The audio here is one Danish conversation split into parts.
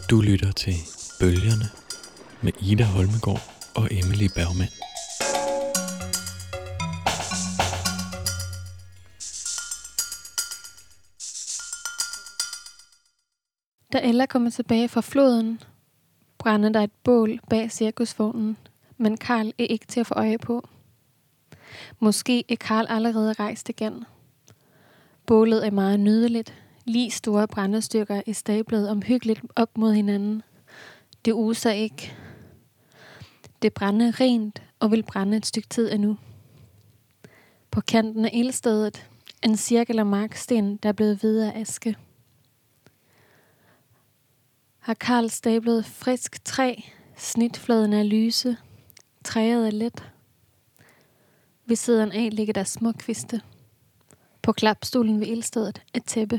Du lytter til Bølgerne med Ida Holmegaard og Emily Bergman. Da Ella kommer tilbage fra floden, brænder der et bål bag cirkusvognen, men Karl er ikke til at få øje på. Måske er Karl allerede rejst igen. Bålet er meget nydeligt. Lige store brændestykker er stablet omhyggeligt op mod hinanden. Det user ikke. Det brænder rent og vil brænde et stykke tid endnu. På kanten af ildstedet en cirkel af marksten, der er blevet hvid af aske. Har Karl stablet frisk træ, snitfladen er lyse, træet er let. Ved siden af ligger der små kviste. På klapstolen ved ildstedet et tæppe.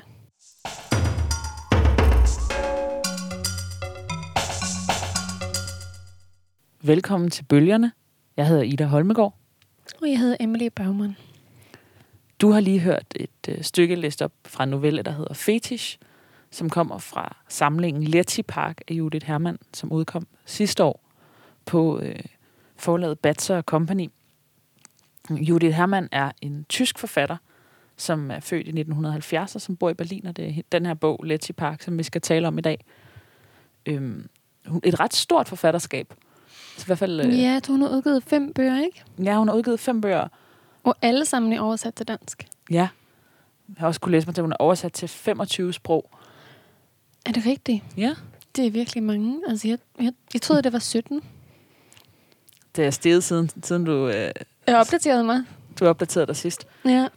Velkommen til Bølgerne. Jeg hedder Ida Holmegaard. Og jeg hedder Emily Bergman. Du har lige hørt et stykke læst op fra en novelle, der hedder Fetish, som kommer fra samlingen Letzi Park af Judith Hermann, som udkom sidste år på forlaget Batzer Company. Judith Hermann er en tysk forfatter, som er født i 1970 og som bor i Berlin, og det er den her bog, Letzi Park, som vi skal tale om i dag. Et ret stort forfatterskab. Så i hvert fald, Ja, hun har udgivet 5 bøger, ikke? Ja, hun har udgivet 5 bøger. Og alle sammen er oversat til dansk. Ja. Jeg har også kunne læse mig til, at hun er oversat til 25 sprog. Er det rigtigt? Ja. Det er virkelig mange. Altså, jeg troede, det var 17. Det er steget siden du... Jeg opdaterede mig. Du opdaterede dig sidst. Ja.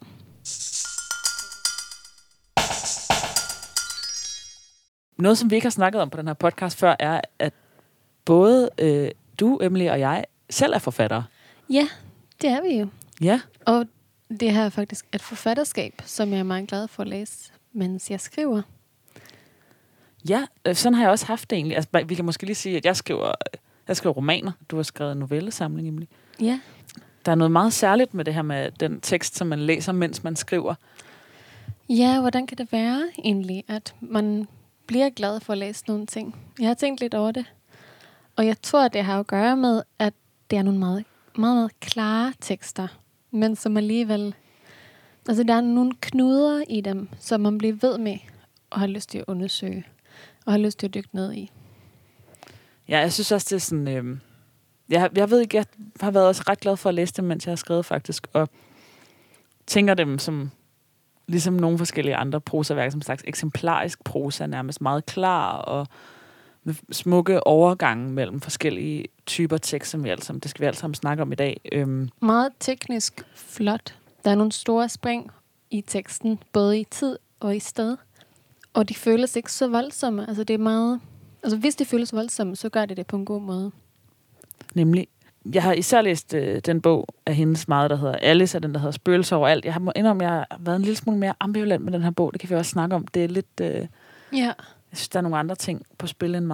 Noget, som vi ikke har snakket om på den her podcast før, er, at både du, Emily, og jeg selv er forfattere. Ja, det er vi jo. Ja. Og det her er faktisk et forfatterskab, som jeg er meget glad for at læse, mens jeg skriver. Ja, sådan har jeg også haft det egentlig. Altså, vi kan måske lige sige, at jeg skriver romaner. Du har skrevet en novellesamling, Emily. Ja. Der er noget meget særligt med det her med den tekst, som man læser, mens man skriver. Ja, hvordan kan det være egentlig, at man bliver glad for at læse nogle ting? Jeg har tænkt lidt over det. Og jeg tror, at det har at gøre med, at det er nogle meget, meget, meget klare tekster. Men som alligevel... Altså, der er nogle knuder i dem, som man bliver ved med og har lyst til at undersøge. Og har lyst til at dykke ned i. Ja, jeg synes også, det er sådan... Jeg ved ikke, jeg har været også ret glad for at læse dem, mens jeg har skrevet faktisk. Og tænker dem som... Ligesom nogle forskellige andre prosaværker, som slags eksemplarisk prosa, nærmest meget klar og med smukke overgange mellem forskellige typer tekst, som det skal vi alle sammen snakke om i dag. Meget teknisk flot. Der er nogle store spring i teksten, både i tid og i sted. Og de føles ikke så voldsomme. Altså det er meget... Altså hvis de føles voldsomme, så gør det på en god måde. Nemlig. Jeg har især læst den bog af hendes meget, der hedder Alice, og den, der hedder Spøgelser overalt. Jeg har indrømme, jeg har været en lille smule mere ambivalent med den her bog. Det kan vi også snakke om. Det er lidt... Ja. Jeg synes, der er nogle andre ting på spil end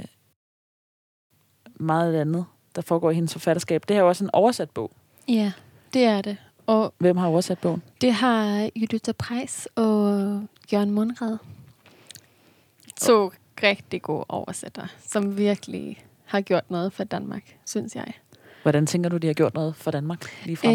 meget andet, der foregår i hendes forfatterskab. Det her er jo også en oversat bog. Ja, det er det. Og hvem har oversat bogen? Det har Judith Preis og Jørgen Monrad. 2 rigtig gode oversættere, som virkelig har gjort noget for Danmark, synes jeg. Hvordan tænker du, de har gjort noget for Danmark ligefrem?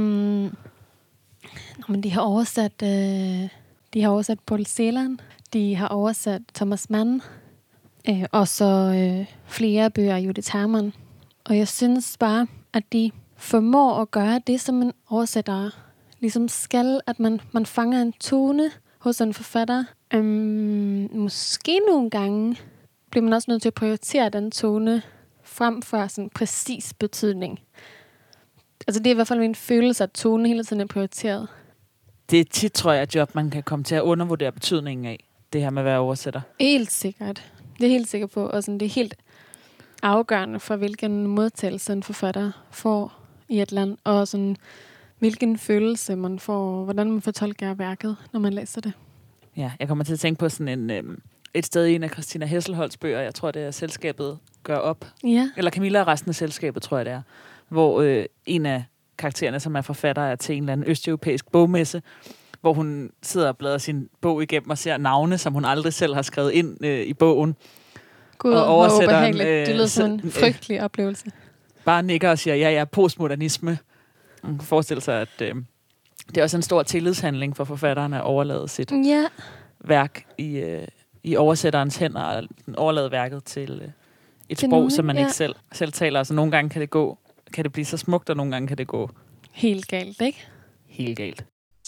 Men de har oversat Paul Celan, de har oversat Thomas Mann, og så flere bøger af Judith Hermann. Og jeg synes bare, at de formår at gøre det, som en oversætter ligesom skal, at man fanger en tone hos en forfatter. Måske nogle gange bliver man også nødt til at prioritere den tone frem for sådan præcis betydning. Altså det er i hvert fald min følelse, at tonen hele tiden er prioriteret. Det er tit, tror jeg, et job, man kan komme til at undervurdere betydningen af, det her med at være oversætter. Helt sikkert. Det er helt sikker på, og sådan, det er helt afgørende for, hvilken modtagelse en forfatter får i et land, og sådan, hvilken følelse man får, hvordan man fortolker værket, når man læser det. Ja, jeg kommer til at tænke på sådan et sted i en af Christina Hesselholds bøger, jeg tror, det er Selskabet gør op. Ja. Eller Camilla og resten af Selskabet, tror jeg, det er. Hvor en af karaktererne, som er forfatter, er til en eller anden østeuropæisk bogmesse, hvor hun sidder og bladrer sin bog igennem og ser navne, som hun aldrig selv har skrevet ind i bogen. Gud, og hvor oversætteren ubehageligt. Det lyder som en frygtelig oplevelse. bare nikker og siger, ja, postmodernisme. Man kan forestille sig, at det er også en stor tillidshandling for forfatteren at overlade sit værk i oversætterens hænder, og overlade værket til et sprog, som man ikke selv taler. Altså nogle gange kan det blive så smukt, og nogle gange kan det gå helt galt, ikke? Helt galt.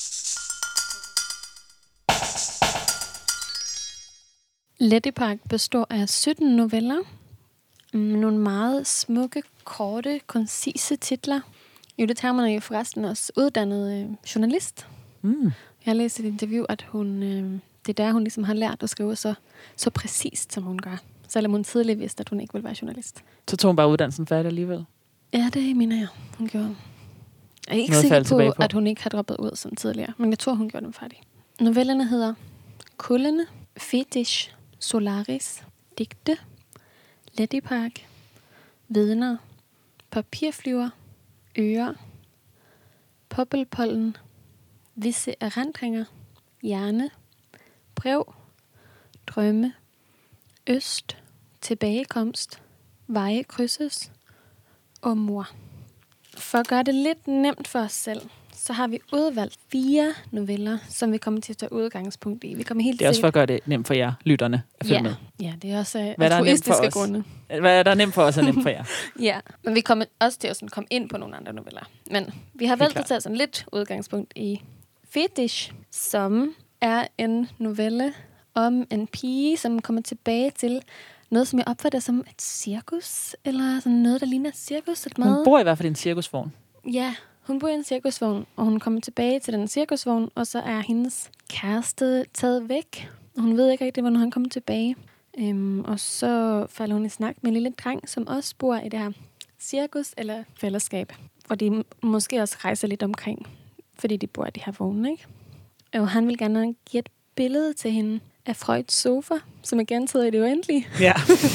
Lettipark består af 17 noveller. Nogle meget smukke, korte, koncise titler. Judith Hermann er jo forresten også uddannet journalist. Jeg har læst et interview, at det er der, hun ligesom har lært at skrive så præcist, som hun gør. Selvom hun tidligere vidste, at hun ikke ville være journalist. Så tog hun bare uddannelsen færdig alligevel? Ja, det mener jeg, hun gjorde. Jeg er ikke sikker på, at hun ikke har droppet ud som tidligere, men jeg tror, hun gjorde dem færdig. Novellerne hedder Kullene, Fetish, Solaris, Digte, Lettipark, Vidner, Papirflyver, Ører, Poppelpollen, Visse erindringer, Hjerne, Brev, Drømme, Øst, Tilbagekomst, Veje krydses og Mor. For at gøre det lidt nemt for os selv, så har vi udvalgt 4 noveller, som vi kommer til at tage udgangspunkt i. Vi kommer helt det er også for at gøre det nemt for jer, lytterne, at følge med. Ja, det er også altruistiske grunde. Hvad der er nemt for os, er nemt for jer. Ja, men vi kommer også til at komme ind på nogle andre noveller. Men vi har valgt at tage sådan lidt udgangspunkt i Fetish, som er en novelle om en pige, som kommer tilbage til noget, som jeg opfatter som et cirkus, eller sådan noget, der ligner et cirkus. Hun bor i hvert fald i en cirkusvogn. Ja, hun bor i en cirkusvogn, og hun kommer tilbage til den cirkusvogn, og så er hendes kæreste taget væk. Og hun ved ikke rigtig, hvornår han kommer tilbage. Og så falder hun i snak med en lille dreng, som også bor i det her cirkus eller fællesskab, hvor de måske også rejser lidt omkring, fordi de bor i de her vogne, ikke? Og han vil gerne give et billede til hende af Freuds sofa, som er gentaget i det uendelige. Ja.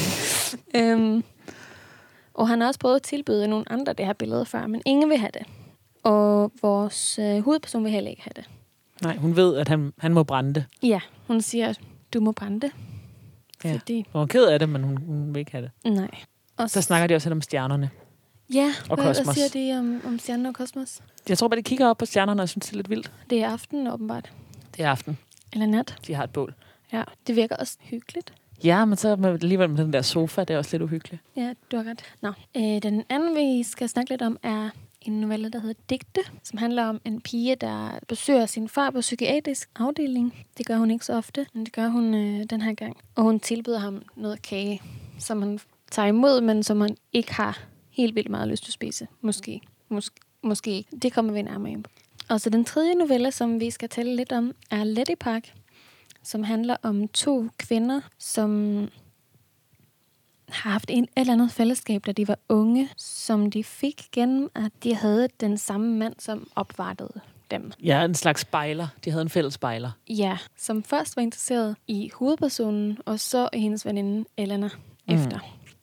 Og han har også prøvet at tilbyde nogle andre det her billede før, men ingen vil have det. Og vores hovedperson vil heller ikke have det. Nej, hun ved, at han må brænde det. Ja, hun siger, at du må brænde det. Ja, fordi... hun er ked af det, men hun vil ikke have det. Nej. Og så snakker de også om stjernerne. Ja, og kosmos. Hvad siger de om stjerner og kosmos? Jeg tror bare, de kigger op på stjernerne og synes, det er lidt vildt. Det er aften, åbenbart. Det er aften. Eller nat. De har et bål. Ja, det virker også hyggeligt. Ja, men så alligevel med den der sofa, det er også lidt uhyggeligt. Ja, du har ret. Nå, den anden, vi skal snakke lidt om, er en novelle, der hedder Digte, som handler om en pige, der besøger sin far på psykiatrisk afdeling. Det gør hun ikke så ofte, men det gør hun den her gang. Og hun tilbyder ham noget kage, som han tager imod, men som han ikke har helt vildt meget lyst til at spise. Måske ikke. Det kommer vi nærmere ind på. Og så den tredje novelle, som vi skal tale lidt om, er Lettipark, som handler om 2 kvinder, som har haft et eller andet fællesskab, da de var unge, som de fik gennem, at de havde den samme mand, som opvartede dem. Ja, en slags spejler. De havde en fælles spejler. Ja, som først var interesseret i hovedpersonen, og så i hendes veninde Elena efter.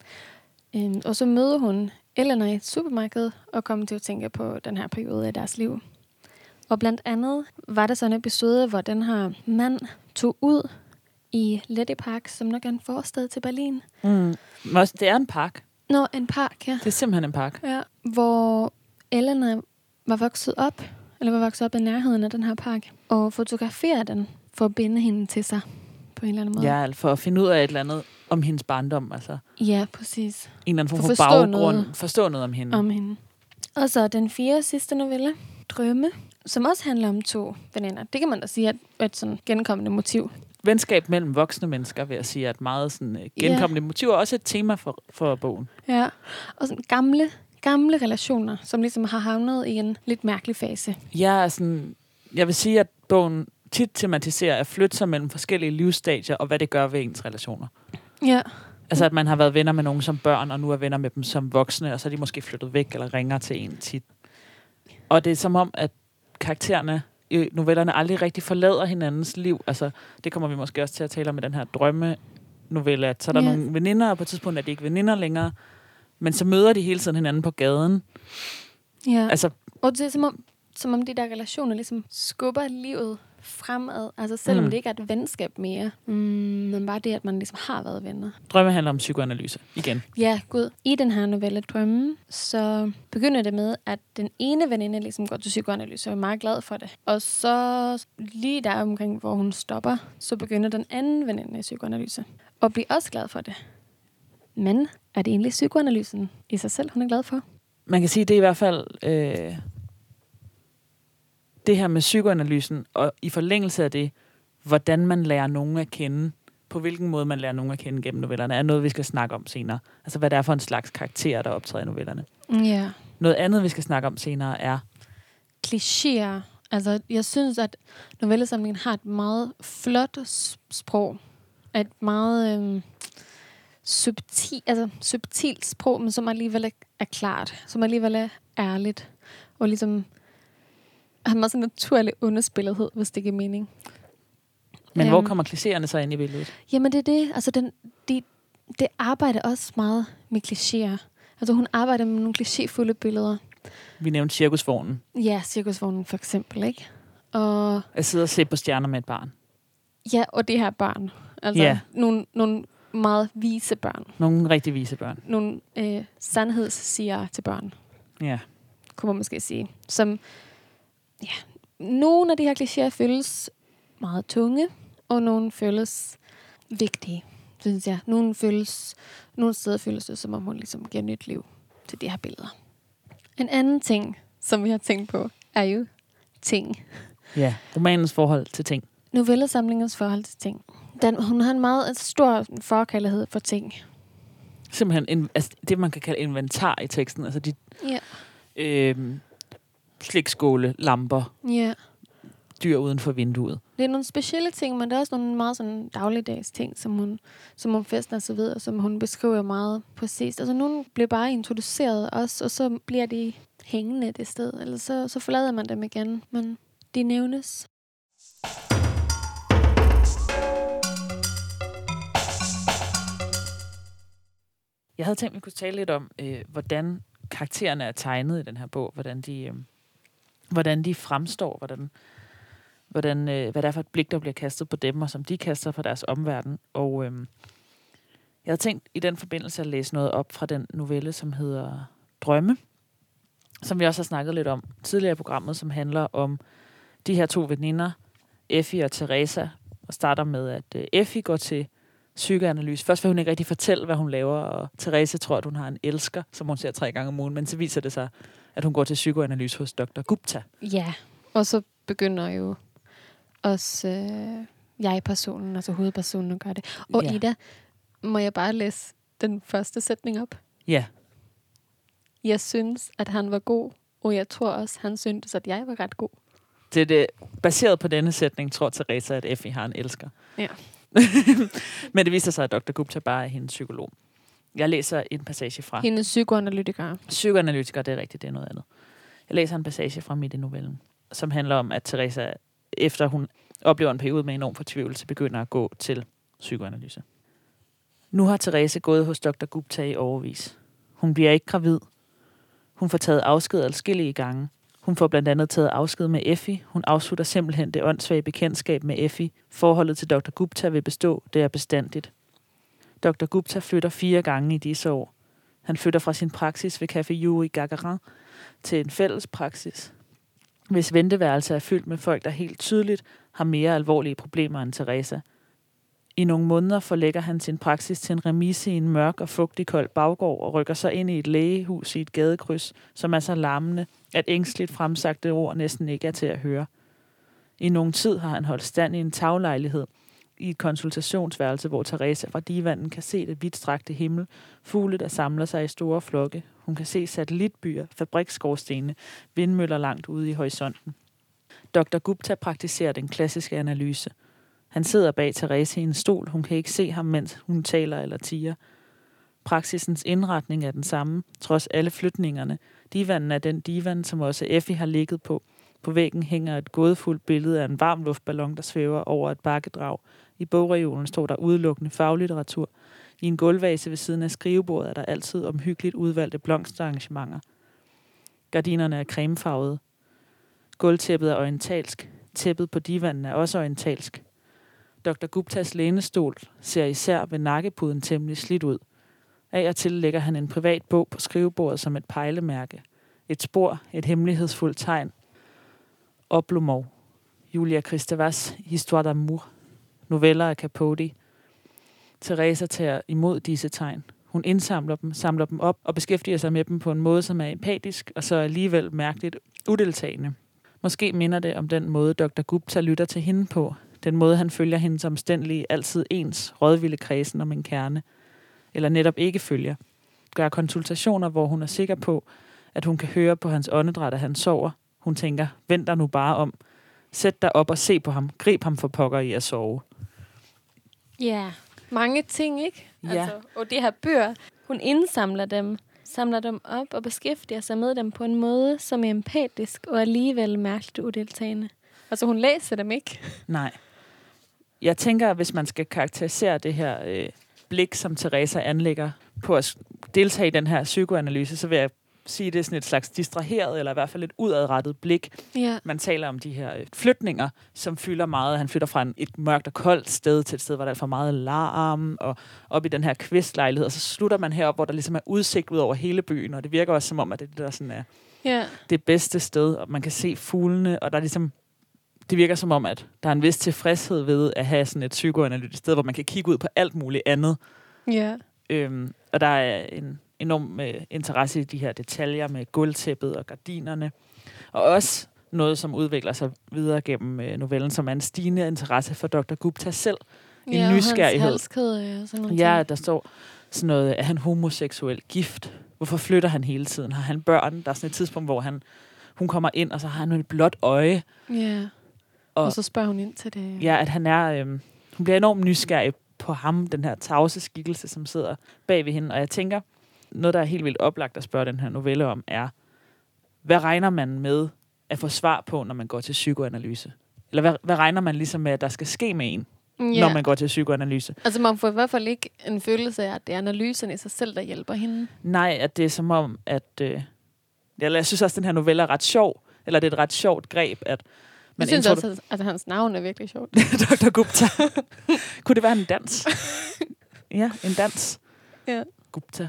Og så møder hun Elena i et supermarked, og kommer til at tænke på den her periode af deres liv. Og blandt andet var der sådan en episode, hvor den her mand tog ud i Lettipark, som nok er en forstad til Berlin. Det er en park. Nå, en park, ja. Det er simpelthen en park. Ja, hvor Elena var vokset op i nærheden af den her park, og fotograferede den for at binde hende til sig på en eller anden måde. Ja, for at finde ud af et eller andet om hendes barndom. Altså. Ja, præcis. En eller anden form for baggrund. Forstå noget om hende. Om hende. Og så den 4. sidste novelle, Drømme, som også handler om 2 veninder. Det kan man da sige er et sådan genkommende motiv. Venskab mellem voksne mennesker, vil jeg sige, er et meget sådan genkommende motiv, og også et tema for bogen. Ja, og sådan gamle relationer, som ligesom har havnet i en lidt mærkelig fase. Ja, sådan, jeg vil sige, at bogen tit tematiserer at flytte sig mellem forskellige livsstadier, og hvad det gør ved ens relationer. Ja. Altså, at man har været venner med nogen som børn, og nu er venner med dem som voksne, og så er de måske flyttet væk, eller ringer til en tit. Og det er som om, at karaktererne i novellerne aldrig rigtig forlader hinandens liv. Altså, det kommer vi måske også til at tale om med den her drømmenovelle, at så er der nogle veninder, og på et tidspunkt er de ikke veninder længere, men så møder de hele tiden hinanden på gaden. Ja, altså, og det er som om de der relationer ligesom skubber livet fremad. Altså selvom det ikke er et venskab mere, men bare det, at man ligesom har været venner. Drømme handler om psykoanalyse igen. Ja, gud. I den her novelle Drømme, så begynder det med, at den ene veninde ligesom går til psykoanalyse og er meget glad for det. Og så lige der omkring, hvor hun stopper, så begynder den anden veninde i psykoanalyse og bliver også glad for det. Men er det egentlig psykoanalysen i sig selv, hun er glad for? Man kan sige, det er i hvert fald det her med psykoanalysen, og i forlængelse af det, hvordan man lærer nogen at kende, på hvilken måde man lærer nogen at kende gennem novellerne, er noget, vi skal snakke om senere. Altså, hvad det er for en slags karakter, der optræder i novellerne. Ja. Noget andet, vi skal snakke om senere, er klichéer. Altså, jeg synes, at novellesamlingen har et meget flot sprog. Et meget subtilt sprog, men som alligevel er klart. Som alligevel er ærligt. Og ligesom har meget sådan naturlig underspillethed, hvis det giver mening. Men hvor kommer klichéerne så ind i billedet? Jamen, det er det. Altså, det arbejder også meget med klichéer. Altså, hun arbejder med nogle klichéfulde billeder. Vi nævnte cirkusvognen. Ja, cirkusvognen for eksempel, ikke? Og jeg sidder og ser på stjerner med et barn. Ja, og det her barn. Altså, nogle meget vise børn. Nogle rigtig vise børn. Nogle sandhedssiger til børn. Ja. Kunne man måske sige. Som, ja, nogle af de her klichéer føles meget tunge, og nogle føles vigtige, synes jeg. Nogle steder føles det, som om hun ligesom giver nyt liv til de her billeder. En anden ting, som vi har tænkt på, er jo ting. Ja, romanens forhold til ting. Novellesamlingens forhold til ting. Hun har en meget stor forkærlighed for ting. Simpelthen det, man kan kalde inventar i teksten. Altså de slikskåle, lamper, dyr uden for vinduet. Det er nogle specielle ting, men der er også nogle meget sådan dagligdags ting, som hun fester og så videre, som hun beskriver meget præcist. Altså nogle bliver bare introduceret også, og så bliver de hængende det sted. Eller så forlader man dem igen, men de nævnes. Jeg havde tænkt, at vi kunne tale lidt om, hvordan karaktererne er tegnet i den her bog, hvordan de fremstår, hvad det er for et blik, der bliver kastet på dem, og som de kaster på deres omverden. Og jeg havde tænkt i den forbindelse at læse noget op fra den novelle, som hedder Drømme, som vi også har snakket lidt om tidligere i programmet, som handler om de her to veninder, Effie og Teresa, og starter med, at Effie går til psykoanalyse. Først vil hun ikke rigtig fortælle, hvad hun laver, og Teresa tror, at hun har en elsker, som hun ser 3 gange om ugen, men så viser det sig, at hun går til psykoanalyse hos Dr. Gupta. Ja, og så begynder jo også jeg-personen, altså hovedpersonen, at gøre det. Og Ida, må jeg bare læse den første sætning op? Ja. Jeg synes, at han var god, og jeg tror også, han syntes, at jeg var ret god. Det baseret på denne sætning, tror Teresa, at Effie har en elsker. Ja. Men det viser sig, at Dr. Gupta bare er hendes psykolog. Jeg læser en passage fra... Hendes psykoanalytiker. Psykoanalytiker, det er rigtigt, det er noget andet. Jeg læser en passage fra midt i novellen, som handler om, at Teresa, efter hun oplever en periode med enorm fortvivlelse, begynder at gå til psykoanalyse. Nu har Teresa gået hos Dr. Gupta i årevis. Hun bliver ikke gravid. Hun får taget afsked adskillige gange. Hun får blandt andet taget afsked med Effie. Hun afslutter simpelthen det åndssvage bekendtskab med Effie. Forholdet til Dr. Gupta vil bestå. Det er bestandigt. Dr. Gupta flytter 4 gange i disse år. Han flytter fra sin praksis ved Café Yuri Gagarin til en fælles praksis, hvis venteværelse er fyldt med folk, der helt tydeligt har mere alvorlige problemer end Teresa. I nogle måneder forlægger han sin praksis til en remise i en mørk og fugtig kold baggård og rykker så ind i et lægehus i et gadekryds, som er så larmende, at ængstligt fremsagte ord næsten ikke er til at høre. I nogen tid har han holdt stand i en taglejlighed i et konsultationsværelse, hvor Teresa fra divanen kan se det vidtstrakte himmel, fugle, der samler sig i store flokke. Hun kan se satellitbyer, fabriksskorstene, vindmøller langt ude i horisonten. Dr. Gupta praktiserer den klassiske analyse. Han sidder bag Teresa i en stol. Hun kan ikke se ham, mens hun taler eller tiger. Praksisens indretning er den samme, trods alle flytningerne. Divanen er den divan, som også Effie har ligget på. På væggen hænger et gådefuldt billede af en varm luftballon, der svæver over et bakkedrag. I bogreolen står der udelukkende faglitteratur. I en gulvvase ved siden af skrivebordet er der altid omhyggeligt udvalgte blomsterarrangementer. Gardinerne er cremefarvede. Gulvtæppet er orientalsk. Tæppet på divanen er også orientalsk. Dr. Guptas lænestol ser især ved nakkepuden temmelig slidt ud. Af og til lægger han en privat bog på skrivebordet som et pejlemærke. Et spor, et hemmelighedsfuldt tegn. Oblomov. Julia Kristevas Histoire d'amour. Noveller af Capote. Teresa tager imod disse tegn. Hun indsamler dem, samler dem op og beskæftiger sig med dem på en måde, som er empatisk og så alligevel mærkeligt udeltagende. Måske minder det om den måde, Dr. Gupta lytter til hende på. Den måde, han følger hendes omstændelige, altid ens, rådvilde kredsen om en kerne. Eller netop ikke følger. Gør konsultationer, hvor hun er sikker på, at hun kan høre på hans åndedræt, at han sover. Hun tænker, vent dig nu bare om. Sæt dig op og se på ham. Grib ham for pokker i at sove. Ja, mange ting, ikke? Ja. Altså, og de her bøger, hun indsamler dem op og beskæftiger sig med dem på en måde, som er empatisk og alligevel mærkeligt udeltagende. Altså, hun læser dem ikke. Nej. Jeg tænker, at hvis man skal karakterisere det her blik, som Teresa anlægger på at deltage i den her psykoanalyse, så vil jeg sige, at det er sådan et slags distraheret, eller i hvert fald et udadrettet blik. Ja. Man taler om de her flytninger, som fylder meget. Han flytter fra et mørkt og koldt sted til et sted, hvor der er for meget larm, og op i den her kvistlejlighed, og så slutter man herop, hvor der ligesom er udsigt ud over hele byen, og det virker også som om, at det der sådan er det bedste sted, og man kan se fuglene, og der er ligesom, det virker som om, at der er en vis tilfredshed ved at have sådan et psykoanalytisk sted, hvor man kan kigge ud på alt muligt andet. Ja. Og der er en enorm interesse i de her detaljer med gulvtæppet og gardinerne. Og også noget, som udvikler sig videre gennem novellen, som er en stigende interesse for Dr. Gupta selv. En nysgerrighed. Og hans halskæde og sådan noget. Ja, der står sådan noget, er han homoseksuel gift? Hvorfor flytter han hele tiden? Har han børn? Der er sådan et tidspunkt, hvor hun kommer ind, og så har han et blåt øje. Ja, og så spørger hun ind til det. Ja, at han er... hun bliver enormt nysgerrig på ham, den her tavse skikkelse, som sidder bag ved hende. Og jeg tænker, noget, der er helt vildt oplagt at spørge den her novelle om, er, hvad regner man med at få svar på, når man går til psykoanalyse? Eller hvad regner man ligesom med, at der skal ske med en, når man går til psykoanalyse? Altså, man får i hvert fald ikke en følelse af, at det er analysen i sig selv, der hjælper hende. Nej, at det er som om, at... jeg synes også, at den her novelle er ret sjov, eller det er et ret sjovt greb, at jeg synes også, at hans navn er virkelig sjovt. Dr. Gupta. Kunne det være en dans? Ja, en dans. Ja. Gupta.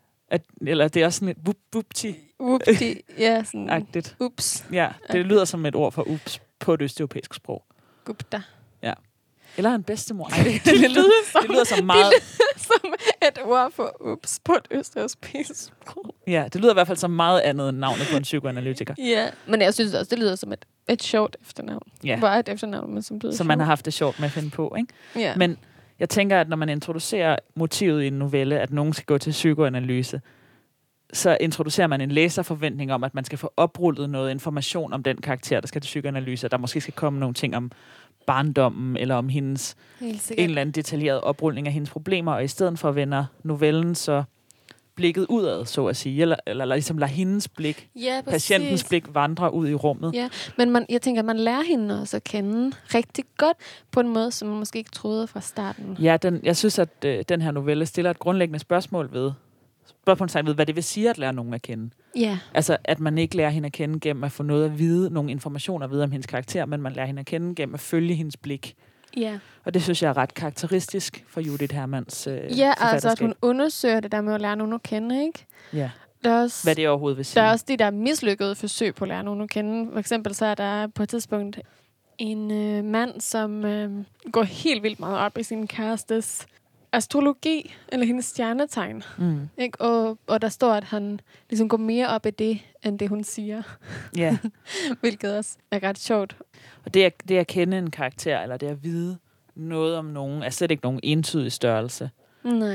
Eller det er også sådan et whoop-whoopti. Whoopti, ja, sådan agtigt. Ups. Ja, det lyder som et ord for ups på et østeuropæisk sprog. Gupta. Ja. Eller en bedstemor. Ej, det lyder som meget... som et ord for ups på et østeuropæisk sprog. Ja, det lyder i hvert fald som meget andet end navnet på en psykoanalytiker. Ja, men jeg synes også, det lyder som et sjovt efternavn. Ja. Bare et efternavn, men som lyder som man har haft det sjovt med at finde på, ikke? Ja. Men jeg tænker, at når man introducerer motivet i en novelle, at nogen skal gå til psykoanalyse, så introducerer man en læserforventning om, at man skal få oprullet noget information om den karakter, der skal til psykoanalyse. Der måske skal komme nogle ting om barndommen, eller om hendes en eller anden detaljeret oprulning af hendes problemer, og i stedet for vender novellen så blikket udad, så at sige, eller ligesom lader hendes blik, patientens blik, vandre ud i rummet. Ja, men jeg tænker, at man lærer hende også at kende rigtig godt, på en måde, som man måske ikke troede fra starten. Ja, jeg synes, at den her novelle stiller et grundlæggende spørgsmål ved, hvad det vil sige at lære nogen at kende. Ja. Altså, at man ikke lærer hende at kende gennem at få noget at vide, nogle informationer at vide om hendes karakter, men man lærer hende at kende gennem at følge hendes blik. Ja. Og det synes jeg er ret karakteristisk for Judith Hermanns ja, altså at hun undersøger det der med at lære nogen at kende, ikke? Ja. Også, hvad det overhovedet vil sige. Der er også de der mislykkede forsøg på at lære nogen at kende. For eksempel så er der på et tidspunkt en mand, som går helt vildt meget op i sin kærestes astrologi, eller hendes stjernetegn. Mm. Ikke? Og der står, at han ligesom går mere op i det, end det hun siger. Ja. Hvilket også er ret sjovt. Og det at kende en karakter, eller det at vide noget om nogen, er slet ikke nogen entydig størrelse. Nej.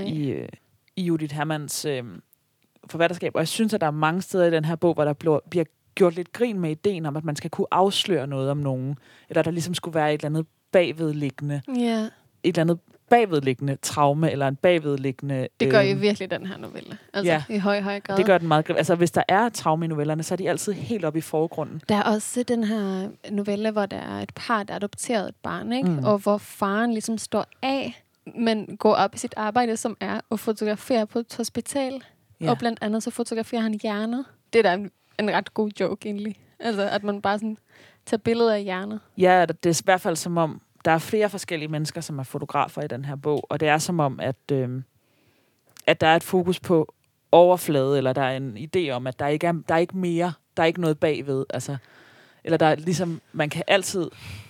I Judith Hermanns forfatterskab. Og jeg synes, at der er mange steder i den her bog, hvor der bliver gjort lidt grin med ideen om, at man skal kunne afsløre noget om nogen. Eller der ligesom skulle være et eller andet bagvedliggende. Ja. Et eller andet bagvedliggende traume, eller en bagvedliggende... Det gør jo virkelig den her novelle. Altså ja, i høj grad. Det gør den meget. Altså hvis der er traume i novellerne, så er de altid helt oppe i forgrunden. Der er også den her novelle, hvor der er et par, der adopterer et barn, ikke? Mm. Og hvor faren ligesom står af, men går op i sit arbejde, som er at fotografere på et hospital. Ja. Og blandt andet så fotograferer han hjerner. Det er da en ret god joke egentlig. Altså at man bare sådan... tage billeder af hjerner. Ja, det er i hvert fald som om, der er flere forskellige mennesker, som er fotografer i den her bog, og det er som om, at der er et fokus på overflade, eller der er en idé om, at der er ikke mere, der er ikke noget bagved, altså, eller der er ligesom, man kan altid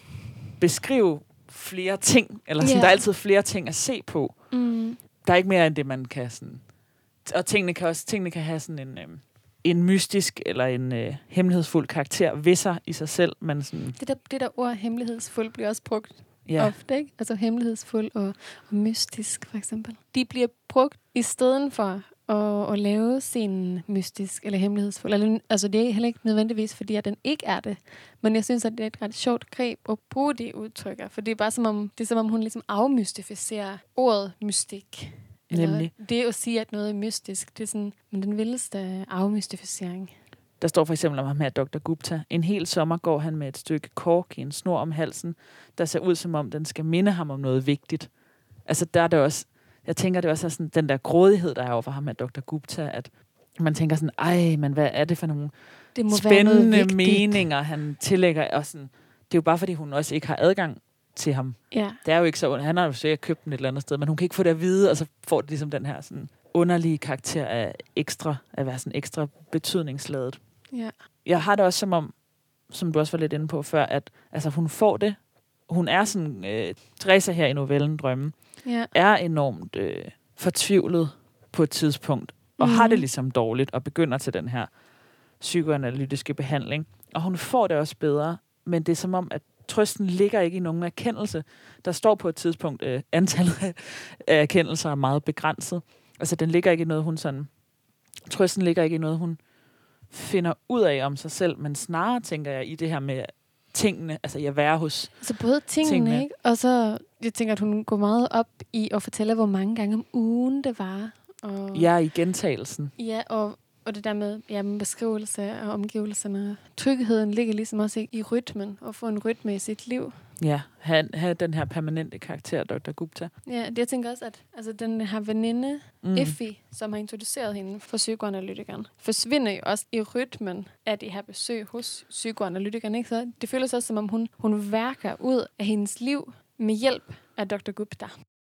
beskrive flere ting, eller sådan, der er altid flere ting at se på. Der er ikke mere end det, man kan sådan, og tingene kan have sådan en mystisk eller en hemmelighedsfuld karakter ved sig i sig selv, men sådan... Det der ord hemmelighedsfuld bliver også brugt ofte, ikke? Altså hemmelighedsfuld og mystisk, for eksempel. De bliver brugt i stedet for at lave sin mystisk eller hemmelighedsfuld. Altså det er heller ikke nødvendigvis, fordi at den ikke er det. Men jeg synes, at det er et ret sjovt greb at bruge de udtrykker. For det er bare som om hun ligesom afmystificerer ordet mystik. Eller det at sige, at noget er mystisk, det er sådan, men den vildeste afmystificering. Der står for eksempel om ham her, Dr. Gupta. En hel sommer går han med et stykke kork i en snor om halsen, der ser ud som om, den skal minde ham om noget vigtigt. Altså der er det også, jeg tænker det også er sådan, den der grådighed, der er over for ham her, Dr. Gupta, at man tænker sådan, men hvad er det for nogle spændende meninger, han tillægger? Og sådan, det er jo bare, fordi hun også ikke har adgang til ham. Ja. Det er jo ikke så, han har jo sikkert købt den et eller andet sted, men hun kan ikke få det at vide, og så får det ligesom den her sådan underlige karakter af at være sådan ekstra betydningsladet. Ja. Jeg har det også som om, som du også var lidt inde på før, at altså, hun får det. Hun er sådan, Teresa her i novellen Drømme, er enormt fortvivlet på et tidspunkt, og har det ligesom dårligt, og begynder til den her psykoanalytiske behandling. Og hun får det også bedre, men det er som om, at trøsten ligger ikke i nogen erkendelse. Der står på et tidspunkt, antallet af erkendelser er meget begrænset. Altså, den ligger ikke i noget, hun sådan... Trøsten ligger ikke i noget, hun finder ud af om sig selv, men snarere tænker jeg i det her med tingene, altså jeg være hos altså både tingene, ikke? Og så, jeg tænker, at hun går meget op i at fortælle, hvor mange gange om ugen det var. Og ja, i gentagelsen. Ja, og det der med beskrivelse af omgivelserne. Trygheden ligger ligesom også i rytmen, og få en rytme i sit liv. Ja, have den her permanente karakter, Dr. Gupta. Ja, jeg tænker også, at altså, den her veninde, Effie, som har introduceret hende for psykoanalytikeren, forsvinder jo også i rytmen af de her besøg hos psykoanalytikeren. Ikke? Så det føles også, som om hun værker ud af hendes liv med hjælp af Dr. Gupta.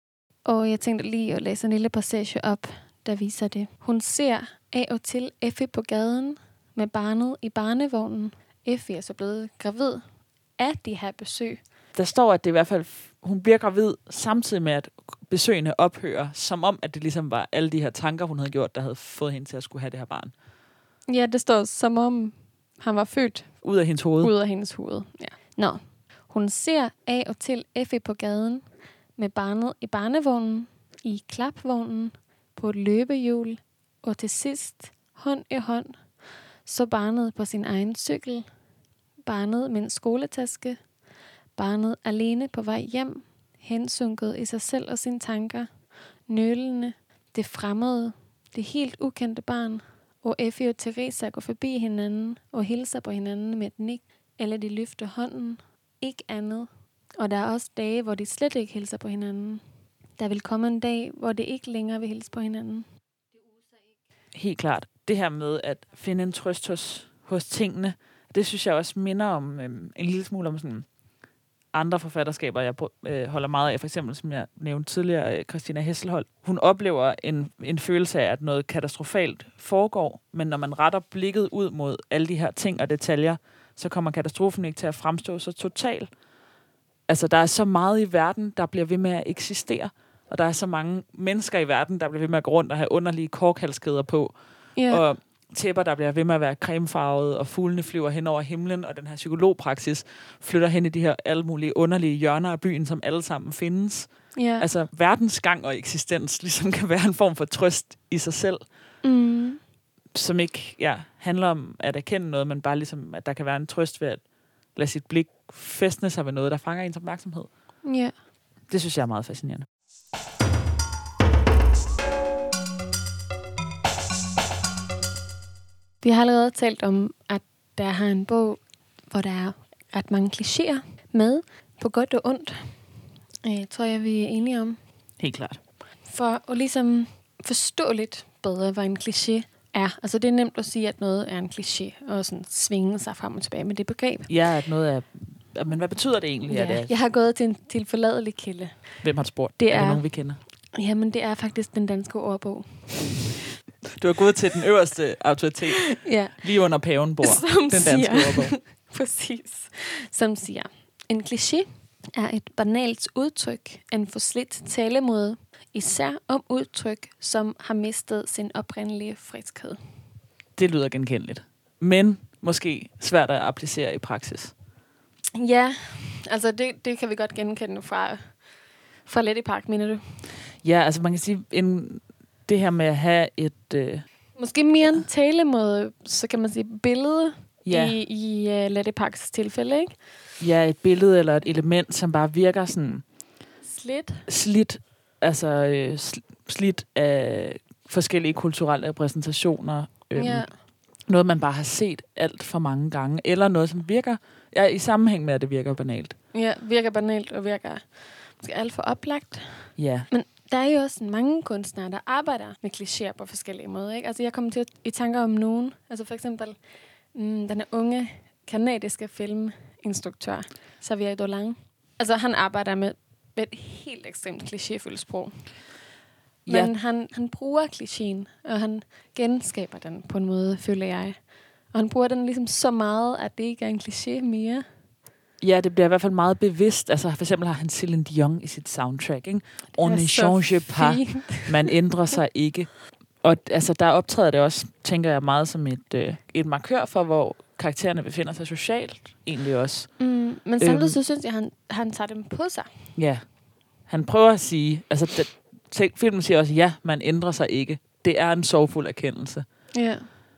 Og jeg tænkte lige at læse en lille passage op, der viser det. Hun ser af og til Effie på gaden med barnet i barnevognen. Effie er så blevet gravid af de her besøg. Der står, at det i hvert fald, hun bliver gravid samtidig med, at besøgene ophører, som om, at det ligesom var alle de her tanker, hun havde gjort, der havde fået hende til at skulle have det her barn. Ja, det står som om, han var født. Ud af hendes hoved. Ud af hendes hoved, ja. Nå. Hun ser af og til Effie på gaden med barnet i barnevognen, i klapvognen, på et løbehjul, og til sidst, hånd i hånd, så barnet på sin egen cykel, barnet med en skoletaske, barnet alene på vej hjem, hensunket i sig selv og sine tanker, nølende, det fremmede, det helt ukendte barn, og Effie og Teresa går forbi hinanden og hilser på hinanden med et nik, eller de løfter hånden, ikke andet. Og der er også dage, hvor de slet ikke hilser på hinanden. Der vil komme en dag, hvor det ikke længere vil hilse på hinanden. Helt klart. Det her med at finde en trøst hos tingene, det synes jeg også minder om en lille smule om sådan andre forfatterskaber, jeg holder meget af. For eksempel, som jeg nævnte tidligere, Christina Hesselholdt. Hun oplever en følelse af, at noget katastrofalt foregår, men når man retter blikket ud mod alle de her ting og detaljer, så kommer katastrofen ikke til at fremstå så total. Altså, der er så meget i verden, der bliver ved med at eksistere, og der er så mange mennesker i verden, der bliver ved med at gå rundt og have underlige korkhalskæder på, og tæpper, der bliver ved med at være cremefarvet, og fuglene flyver hen over himlen, og den her psykologpraksis flytter hen i de her alle mulige underlige hjørner af byen, som alle sammen findes. Yeah. Altså, verdens gang og eksistens ligesom kan være en form for trøst i sig selv, som ikke handler om at erkende noget, men bare ligesom, at der kan være en trøst ved at lade sit blik fæstne sig ved noget, der fanger ens opmærksomhed. Ja. Det synes jeg er meget fascinerende. Vi har allerede talt om, at der har en bog, hvor der er ret mange klichéer med, på godt og ondt. Tror jeg, vi er enige om. Helt klart. For at ligesom forstå lidt bedre, hvad en kliché er. Altså, det er nemt at sige, at noget er en kliché, og sådan svinge sig frem og tilbage med det begreb. Ja, at noget er... Men hvad betyder det egentlig? Ja, Det er, jeg har gået til en tilforladelig kilde. hvem har du spurgt? Det er det er- nogen, vi kender? Jamen, det er faktisk den danske ordbog. Du har gået til den øverste autoritet, Ja, lige under paven bor. som Den danske ordbog. Præcis. Som siger, en kliché er et banalt udtryk, en forslidt talemåde, især om udtryk, som har mistet sin oprindelige friskhed. Det lyder genkendeligt. Men måske svært at applicere i praksis. Ja, altså det kan vi godt genkende fra Letty Park, mener du? Ja, altså man kan sige, det her med at have et... Måske mere en talemåde, så kan man sige billede Ja. i Letty Parks tilfælde, ikke? Ja, et billede eller et element, som bare virker sådan Slidt. slidt af forskellige kulturelle repræsentationer. Ja. Noget, man bare har set alt for mange gange. Eller noget, som virker... Ja, i sammenhæng med, at det virker banalt. Ja, virker banalt og virker måske alt for oplagt. Ja. Men der er jo også mange kunstnere, der arbejder med klichéer på forskellige måder, ikke? Altså, jeg kommer til i tanker om nogen. Altså, for eksempel den unge kanadiske filminstruktør, Xavier Dolan. Altså, han arbejder med et helt ekstremt klichéfuldt sprog. Ja. Men han bruger klichéen, og han genskaber den på en måde, føler jeg. Og han bruger den ligesom så meget, at det ikke er en kliché mere. Ja, det bliver i hvert fald meget bevidst. Altså, for eksempel har han Celine Dion i sit soundtrack, ikke? On ne change pas. Man ændrer sig ikke. Og altså, der optræder det også, tænker jeg, meget som et markør for, hvor karaktererne befinder sig socialt, egentlig også. Men samtidig så synes jeg, han tager dem på sig. Ja. Han prøver at sige, altså, filmen siger også, ja, man ændrer sig ikke. Det er en sorgfuld erkendelse. Ja.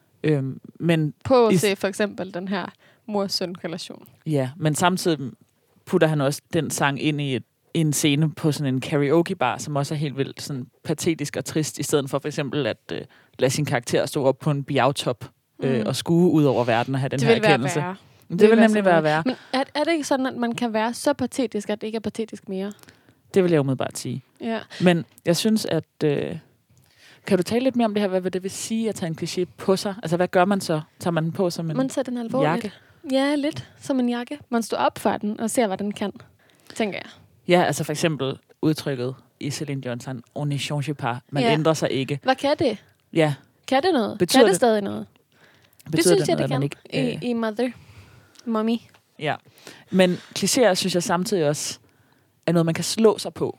Men På at se for eksempel den her mor-søn-relation. ja, men samtidig putter han også den sang ind i en scene på sådan en karaokebar, som også er helt vildt sådan patetisk og trist, i stedet for eksempel at lade sin karakter stå op på en bjergtop og skue ud over verden og have den Det her vil være erkendelse. værre. Det vil nemlig være værre. Men er det ikke sådan, at man kan være så patetisk, at det ikke er patetisk mere? Det vil jeg umiddelbart sige. Ja. Men jeg synes, at... kan du tale lidt mere om det her? Hvad det vil sige at tage en kliché på sig? Altså, hvad gør man så? Tager man den på som en Man tager den alvorligt. jakke? Ja, lidt som en jakke. Man står op for den og ser, hvad den kan, tænker jeg. Ja, altså for eksempel udtrykket i Celine Dion, on ne change pas. Man ændrer sig ikke. Hvad kan det? Ja. Kan det noget? Betyder Kan det det- stadig noget? Det synes jeg, det kan. I Mother. Mommy. Ja. Men klichéer, synes jeg samtidig også, er noget, man kan slå sig på.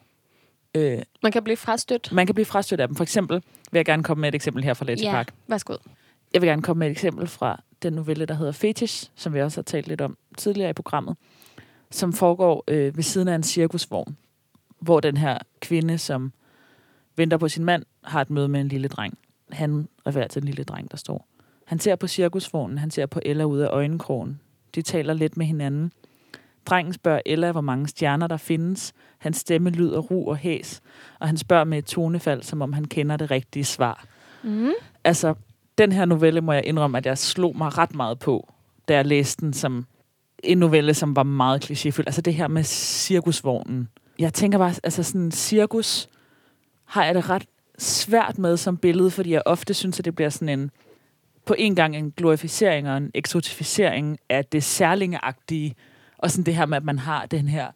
Man kan blive frastødt. Man kan blive frastødt af dem. For eksempel vil jeg gerne komme med et eksempel her fra Letty Park. værsgo. Jeg vil gerne komme med et eksempel fra den novelle, der hedder Fetish, som vi også har talt lidt om tidligere i programmet, som foregår ved siden af en cirkusvogn, hvor den her kvinde, som venter på sin mand, har et møde med en lille dreng. Han refererer til en lille dreng, der står. Han ser på cirkusvognen, han ser på Ella ud af øjenkrogen. De taler lidt med hinanden. Drengen spørger Ella, hvor mange stjerner der findes. Hans stemme lyder ru og hæs, og han spørger med et tonefald, som om han kender det rigtige svar. Mm. Altså, den her novelle må jeg indrømme, at jeg slog mig ret meget på, da jeg læste den som en novelle, som var meget klichéfyldt. Altså det her med cirkusvognen. Jeg tænker bare, altså sådan cirkus har jeg det ret svært med som billede, fordi jeg ofte synes, at det bliver sådan en, på en gang en glorificering og en eksotificering af det særlingeagtige, og sådan det her med, at man har den her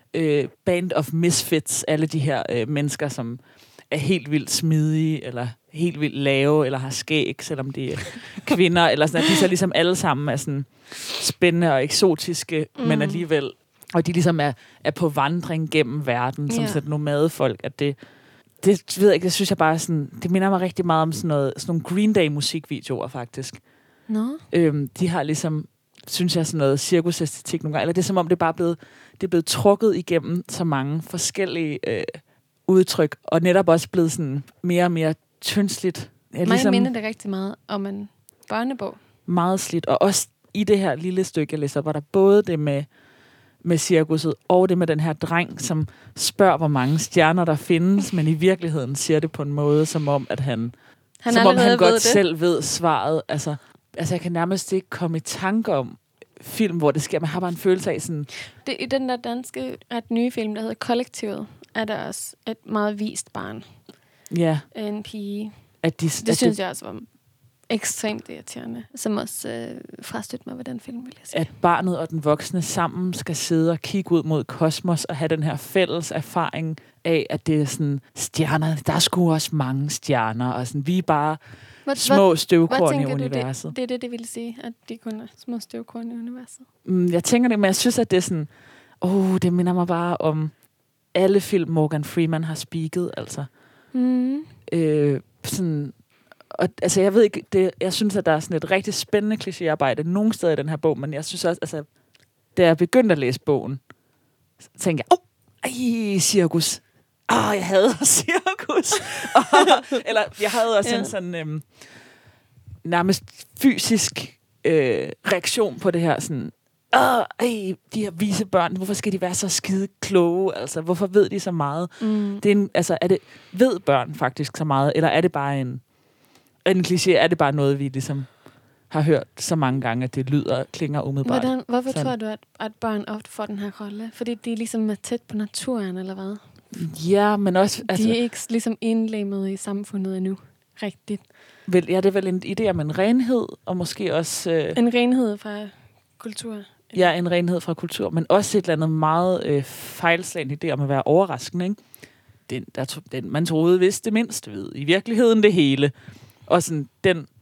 band of misfits, alle de her mennesker, som er helt vildt smidige, eller helt vildt lave, eller har skæg, selvom de er kvinder, eller sådan, at de så ligesom alle sammen er sådan spændende og eksotiske, men alligevel, og de ligesom er på vandring gennem verden, som sådan nomadefolk, at det ved jeg ikke, det synes jeg bare sådan, det minder mig rigtig meget om sådan nogle Green Day musikvideoer, faktisk. No. De har ligesom, synes jeg, sådan noget cirkusæstetik nogle gange, eller det er som om, det er blevet trukket igennem så mange forskellige udtryk, og netop også blevet sådan mere og mere tyndsligt. Mig Ligesom minder det rigtig meget om en børnebog. meget slidt, og også i det her lille stykke, jeg læser, var der både det med cirkuset, og det med den her dreng, som spørger, hvor mange stjerner der findes, men i virkeligheden siger det på en måde, som om, at han godt selv ved svaret. Altså, jeg kan nærmest ikke komme i tanke om film, hvor det sker. Man har bare en følelse af sådan... Det, i den der danske ret nye film, der hedder Kollektivet, er der også et meget vist barn. Ja. En pige. At Det synes jeg også var ekstremt irriterende, som også frastødte mig ved den film, vil jeg sige. At barnet og den voksne sammen skal sidde og kigge ud mod kosmos og have den her fælles erfaring af, at det er sådan stjerner. Der er sgu også mange stjerner, og sådan, vi er bare små støvkorn i universet. Det er det vil sige, at de kun er små støvkorn i universet? Jeg tænker det, men jeg synes, at det er sådan, det minder mig bare om alle film, Morgan Freeman har speaket, altså. Sådan, og, altså, jeg ved ikke, jeg synes, at der er sådan et rigtig spændende klichéarbejde nogle steder i den her bog, men jeg synes også, altså, da jeg begyndte at læse bogen, så tænkte jeg, cirkus. Jeg hader cirkus. Eller jeg havde også en sådan nærmest fysisk reaktion på det her, sådan, de her vise børn, hvorfor skal de være så skide kloge? Altså, hvorfor ved de så meget? Det er ved børn faktisk så meget, eller er det bare en kliché? Er det bare noget, vi ligesom har hørt så mange gange, at det klinger umiddelbart? Hvorfor tror du, at børn ofte får den her rolle? Fordi de ligesom er tæt på naturen, eller hvad? Ja, men også... Altså, de er ikke ligesom indlemmet i samfundet endnu. Rigtigt. Det er vel en idé om en renhed, og måske også... en renhed fra kultur. Ja, en renhed fra kultur, men også et eller andet meget fejlslagende idé om at være overraskende, ikke? Man troede vist det mindste ved. I virkeligheden det hele. Og sådan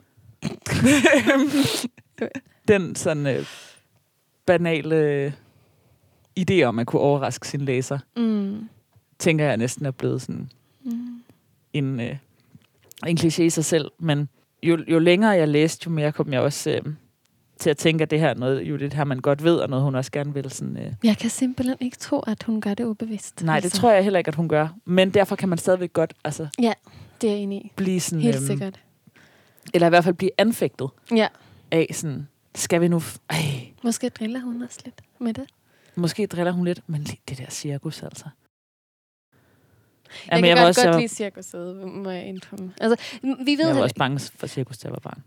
den sådan banale idé om at kunne overraske sin læser, tænker jeg næsten er blevet sådan en kliché i sig selv. Men jo længere jeg læste, jo mere kom jeg også til at tænke, at det her er noget, Judith Hermann godt ved, og noget hun også gerne vil sådan... Jeg kan simpelthen ikke tro, at hun gør det ubevidst. Nej, det tror jeg heller ikke, at hun gør. Men derfor kan man stadigvæk godt... Altså, ja, det er jeg enig i. Blive sådan... Helt sikkert. Eller i hvert fald blive anfægtet af sådan... Skal vi nu... Måske driller hun også lidt med det. Måske driller hun lidt, men det der cirkus, altså. Jeg kan godt lide cirkuset, må jeg indrømme. Altså, vi ved jeg var også bange for cirkus, da jeg var barn.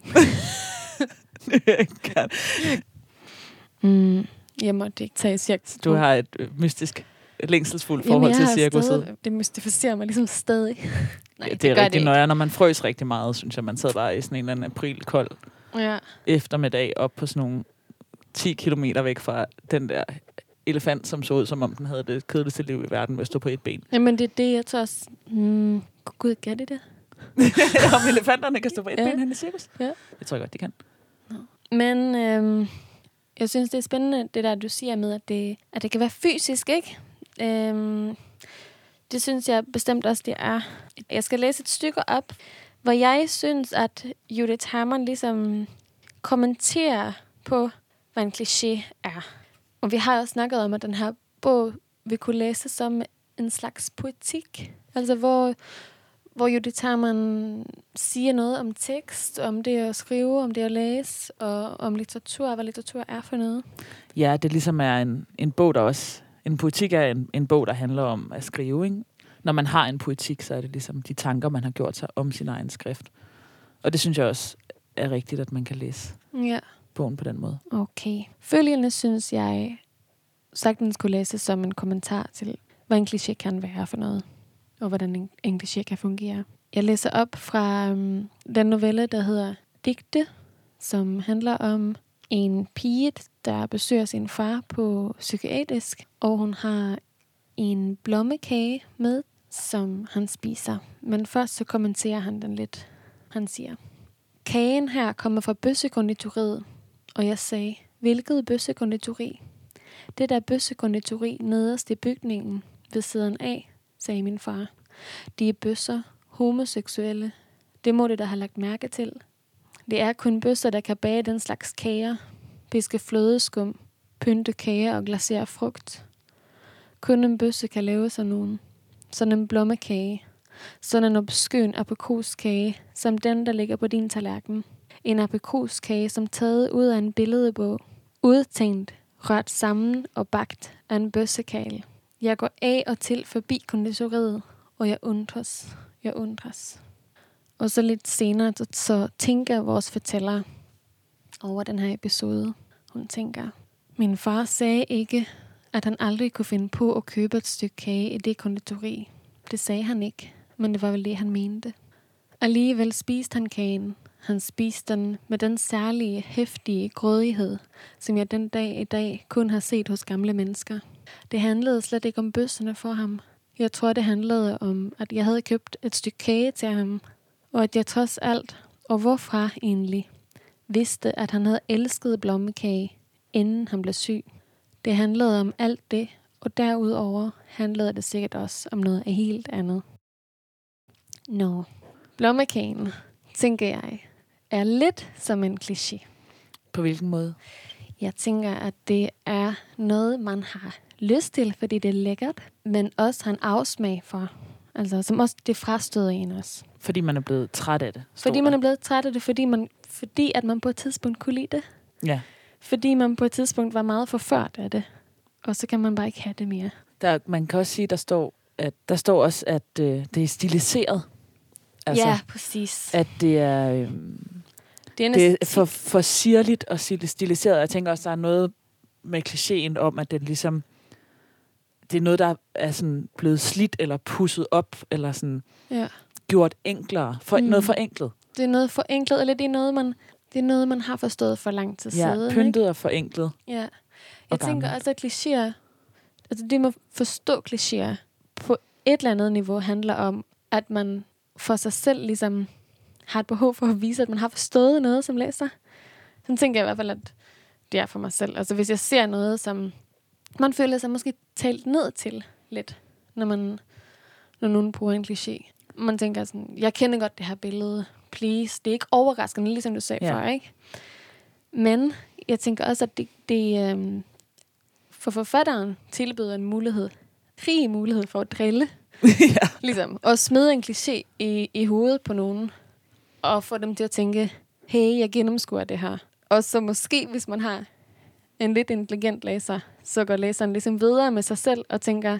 Jeg måtte ikke tage cirkus. Du har et mystisk, længselsfuldt forhold til cirkuset. Det mystificerer mig ligesom stadig. Nej, det er rigtig nøje, når man frøs rigtig meget, synes jeg. Man sad bare i sådan en eller anden aprilkold eftermiddag op på sådan nogle 10 kilometer væk fra den der elefant, som så ud, som om den havde det kedeligste liv i verden, ved at stå på et ben. Jamen, det er det, jeg tror også... Gud, gør det? Om elefanterne kan stå på et ben hen i cirkus? Ja. Det tror jeg godt, de kan. Men jeg synes, det er spændende, det der, du siger med, at det kan være fysisk, ikke? Det synes jeg bestemt også, det er. Jeg skal læse et stykke op, hvor jeg synes, at Judith Hermann ligesom kommenterer på, hvad en kliché er. Og vi har jo snakket om, at den her bog vi kunne læse som en slags poetik. Altså hvor Judith Hermann siger noget om tekst, om det at skrive, om det at læse, og om litteratur, hvad litteratur er for noget. Ja, det ligesom er en bog, der også... En poetik er en bog, der handler om at skrive, ikke? Når man har en poetik, så er det ligesom de tanker, man har gjort sig om sin egen skrift. Og det synes jeg også er rigtigt, at man kan læse bogen på den måde. Okay. Følgende synes jeg sagtens kunne læses som en kommentar til, hvad en kliché kan være for noget, og hvordan en kliché kan fungere. Jeg læser op fra den novelle, der hedder Digte, som handler om en pige, der besøger sin far på psykiatrisk, og hun har en blommekage med, som han spiser. Men først så kommenterer han den lidt. Han siger, kagen her kommer fra bøssekonditoriet, og jeg sagde, hvilket bøssekonditori? Det der bøssekonditori nederst i bygningen ved siden af, sagde min far. De er bøsser, homoseksuelle. Det må det da have lagt mærke til. Det er kun bøsser, der kan bage den slags kager, piske flødeskum, pynte kager og glasere frugt. Kun en bøsse kan lave sådan en blommekage. Sådan en obskøn aprikoskage, som den, der ligger på din tallerken. En aprikoskage, som taget ud af en billedbog. Udtænkt, rørt sammen og bagt af en bøssekale. Jeg går af og til forbi konditoriet, og jeg undres. Og så lidt senere, så tænker vores fortæller over den her episode. Hun tænker, min far sagde ikke, at han aldrig kunne finde på at købe et stykke kage i det konditori. Det sagde han ikke, men det var vel det, han mente. Alligevel spiste han kagen. Han spiste den med den særlige, hæftige grådighed, som jeg den dag i dag kun har set hos gamle mennesker. Det handlede slet ikke om bøsserne for ham. Jeg tror, det handlede om, at jeg havde købt et stykke kage til ham, og at jeg trods alt, og hvorfra egentlig, vidste, at han havde elsket blommekage, inden han blev syg. Det handlede om alt det, og derudover handlede det sikkert også om noget helt andet. Blommekagen, tænker jeg, er lidt som en kliché. På hvilken måde? Jeg tænker, at det er noget, man har lyst til, fordi det er lækkert, men også har en afsmag for. Altså, som også det frastøder en også. Fordi man er blevet træt af det. Fordi man er blevet træt af det, fordi at man på et tidspunkt kunne lide det. Ja. Fordi man på et tidspunkt var meget forført af det. Og så kan man bare ikke have det mere. Man kan også sige, der står også, at det er stiliseret. Altså, ja, præcis. At det er, det er for sirligt og stiliseret. Jeg tænker også, der er noget med klichéen om, at det ligesom det er noget, der er sådan blevet slidt eller pusset op, eller sådan gjort enklere. Noget forenklet. Det er noget forenklet, eller det er noget, man har forstået for lang tid siden. Ja, pyntet ikke? Og forenklet. Ja. Jeg tænker også, at klichéer, altså det med forstå klichéer på et eller andet niveau handler om, at man for sig selv ligesom har et behov for at vise, at man har forstået noget som læser. Sådan tænker jeg i hvert fald, at det er for mig selv. Altså hvis jeg ser noget, som man føler sig måske talt ned til lidt, når nogen bruger en kliché. Man tænker sådan, jeg kender godt det her billede, please. Det er ikke overraskende, ligesom du sagde før, ikke? Men jeg tænker også, at det for forfatteren tilbyder en rig mulighed for at drille. Ligesom, og smide en kliché i hovedet på nogen, og få dem til at tænke, hey, jeg gennemskuer det her. Og så måske, hvis man har en lidt intelligent læser, så går læseren ligesom videre med sig selv og tænker,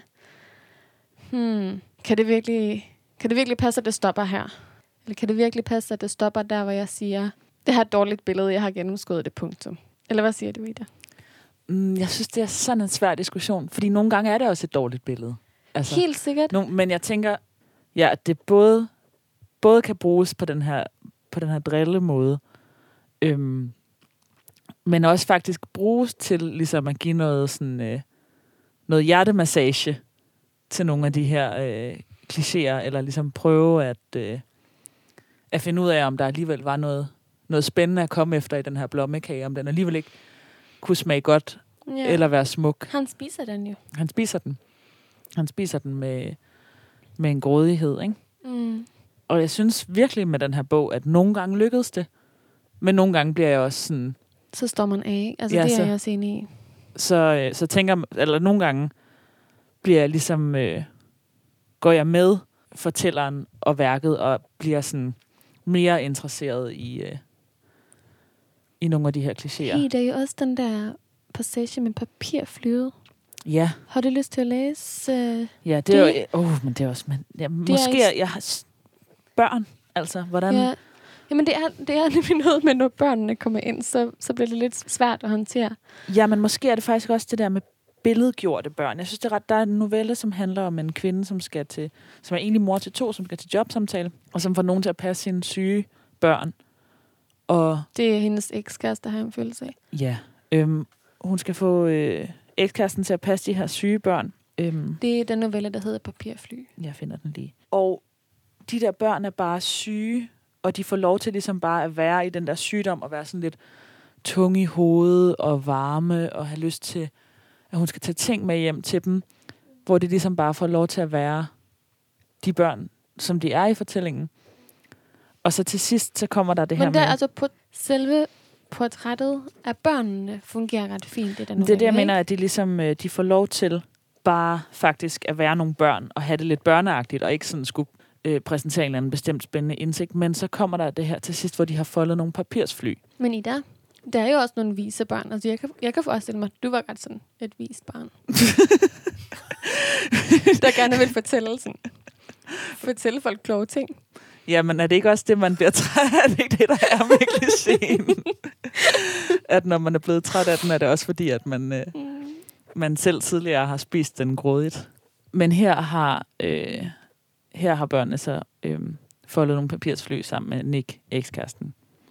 kan det virkelig passe, at det stopper her? Eller kan det virkelig passe, at det stopper der, hvor jeg siger, det her er et dårligt billede, jeg har gennemskuddet det, punktum. Eller hvad siger du, Ida? Jeg synes, det er sådan en svær diskussion, fordi nogle gange er det også et dårligt billede. Altså, helt sikkert. Men jeg tænker, at det både kan bruges på den her drillemåde, men også faktisk bruges til ligesom at give noget sådan noget hjertemassage til nogle af de her klichéer, eller ligesom prøve at finde ud af, om der alligevel var noget spændende at komme efter i den her blommekage, om den alligevel ikke kunne smage godt eller være smuk. Han spiser den jo. Han spiser den med en grådighed, ikke? Mm. Og jeg synes virkelig med den her bog, at nogle gange lykkedes det, men nogle gange bliver jeg også sådan... Så står man af, ikke? Altså, det er jeg også enig i. Så tænker eller nogle gange bliver jeg ligesom... går jeg med fortælleren og værket, og bliver sådan mere interesseret i nogle af de her klichéer. Hey, der er jo også den der passage med papirflyet. Ja. Har du lyst til at læse ja, det er jo... men det er også... Måske jeg har børn, altså. Hvordan... Ja. Jamen, det er nemlig noget med, når børnene kommer ind, så bliver det lidt svært at håndtere. Ja, men måske er det faktisk også det der med billedgjorte børn. Jeg synes, det er ret... Der er en novelle, som handler om en kvinde, som er egentlig mor til 2, som skal til jobsamtale, og som får nogen til at passe sine syge børn. Og det er hendes ekskæreste, har jeg en følelse af. Ja. Hun skal få ekskæresten til at passe de her syge børn. Det er den novelle, der hedder Papirfly. Jeg finder den lige. Og de der børn er bare syge, og de får lov til ligesom bare at være i den der sygdom, og være sådan lidt tung i hovedet, og varme, og have lyst til, at hun skal tage ting med hjem til dem, hvor de ligesom bare får lov til at være de børn, som de er i fortællingen. Og så til sidst, så kommer der det her med... Men der altså på selve portrættet af børnene fungerer ret fint. Det er det, jeg mener, at de ligesom de får lov til bare faktisk at være nogle børn, og have det lidt børneagtigt, og ikke sådan skulle præsentere en eller anden bestemt spændende indsigt. Men så kommer der det her til sidst, hvor de har foldet nogle papirsfly. Men Ida, der er jo også nogle vise børn. Altså, jeg kan forestille mig, at du var ret sådan et vist barn. der gerne vil fortælle folk kloge ting. Jamen, er det ikke også det, man bliver træt af? Er det ikke det, der er med klichéen? At når man er blevet træt af den, er det også fordi, at man selv tidligere har spist den grådigt. Men her har børnene så foldet nogle papirsfly sammen med Nick, ekskæresten.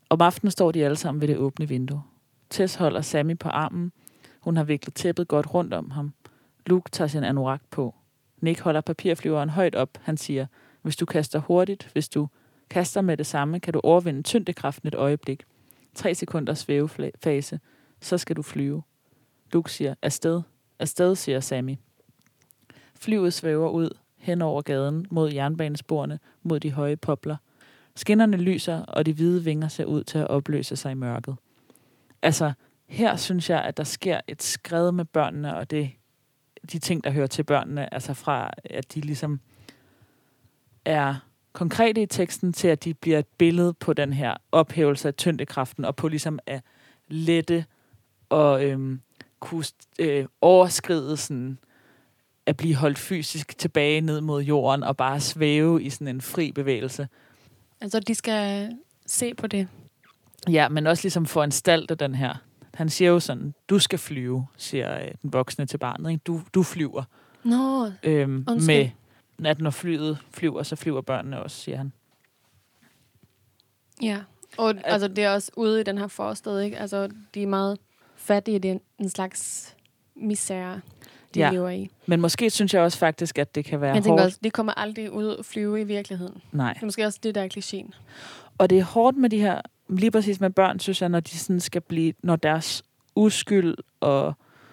Om aftenen står de alle sammen ved det åbne vindue. Tess holder Sammy på armen. Hun har viklet tæppet godt rundt om ham. Luke tager sin anorak på. Nick holder papirflyveren højt op. Han siger, hvis du kaster hurtigt, hvis du kaster med det samme, kan du overvinde tyngdekraften et øjeblik. 3 sekunders svævefase, så skal du flyve. Luke siger, afsted. Afsted, siger Sammy. Flyet svæver ud hen over gaden mod jernbanesporene, mod de høje popler. Skinnerne lyser, og de hvide vinger ser ud til at opløse sig i mørket. Altså, her synes jeg, at der sker et skred med børnene, og de ting, der hører til børnene, altså fra, at de ligesom er konkrete i teksten, til at de bliver et billede på den her ophævelse af tyngdekraften, og på ligesom at lette og kunne overskride sådan, at blive holdt fysisk tilbage ned mod jorden, og bare svæve i sådan en fri bevægelse. Altså, de skal se på det. Ja, men også ligesom foranstalte den her. Han siger jo sådan, du skal flyve, siger den voksne til barnet. Ikke? Du flyver. Nå, med at når flyet flyver, så flyver børnene også, siger han. Ja, og altså, det er også ude i den her forstad, ikke? Altså, de er meget fattige. Det er en slags misære, de lever i. Men måske synes jeg også faktisk, at det kan være jeg tænker hårdt. også, de kommer aldrig ud og flyve i virkeligheden. Nej. Det er måske også det, der er klichéen. Og det er hårdt med de her, lige præcis med børn, synes jeg, når de sådan skal blive, når deres uskyld og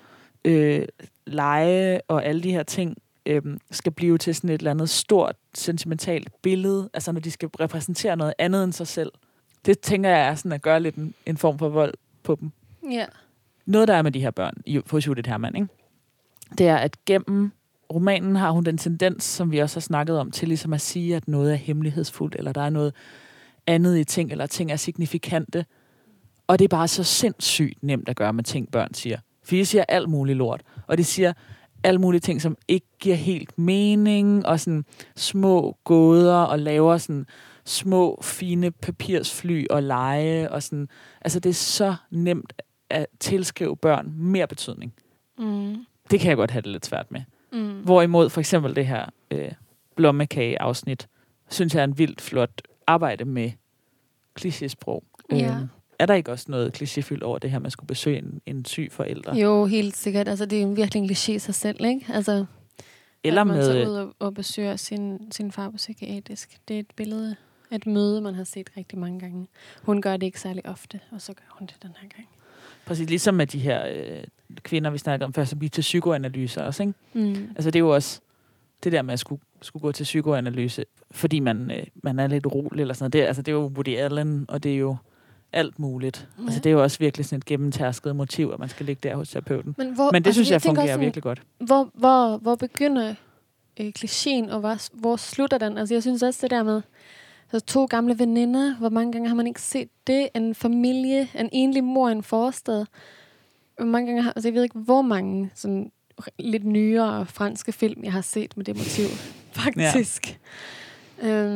lege og alle de her ting skal blive til sådan et eller andet stort, sentimentalt billede, altså når de skal repræsentere noget andet end sig selv. Det tænker jeg er sådan at gøre lidt en form for vold på dem. Ja. Noget, der er med de her børn hos Judith Hermann, ikke? Det er, at gennem romanen har hun den tendens, som vi også har snakket om, til ligesom at sige, at noget er hemmelighedsfuldt, eller der er noget andet i ting, eller ting er signifikante. Og det er bare så sindssygt nemt at gøre med ting, børn siger. For de siger alt muligt lort. Og de siger alle mulige ting, som ikke giver helt mening, og sådan små gåder, og laver sådan små, fine papirsfly og lege, og sådan. Altså, det er så nemt at tilskrive børn mere betydning. Mm. Det kan jeg godt have det lidt svært med. Mm. Hvorimod for eksempel det her blommekage-afsnit, synes jeg er en vildt flot arbejde med klichésprog. Ja. Er der ikke også noget klichéfyldt over det her, man skulle besøge en syg forælder? Jo, helt sikkert. Altså, det er virkelig en kliché sig selv, ikke? Altså, eller at man med tager ud og besøger sin far på psykiatrisk. Det er et billede, et møde, man har set rigtig mange gange. Hun gør det ikke særlig ofte, og så gør hun det den her gang. Præcis, ligesom med de her kvinder, vi snakkede om før, som bliver til psykoanalyser også, ikke? Mm. Altså, det er jo også det der med at skulle gå til psykoanalyse, fordi man er lidt rolig eller sådan noget. Det er jo Woody Allen, og det er jo alt muligt. Ja. Altså, det er jo også virkelig sådan et gennemtærsket motiv, at man skal ligge der hos terapeuten. Men det altså, synes jeg fungerer sådan, virkelig godt. Hvor begynder klichéen, og hvor slutter den? Altså, jeg synes også det der med altså, 2 gamle veninder, hvor mange gange har man ikke set det? En familie, en enlig mor i en forstad. Hvor mange gange altså, jeg ved ikke, hvor mange sådan lidt nyere franske film, jeg har set med det motiv, faktisk. Ja.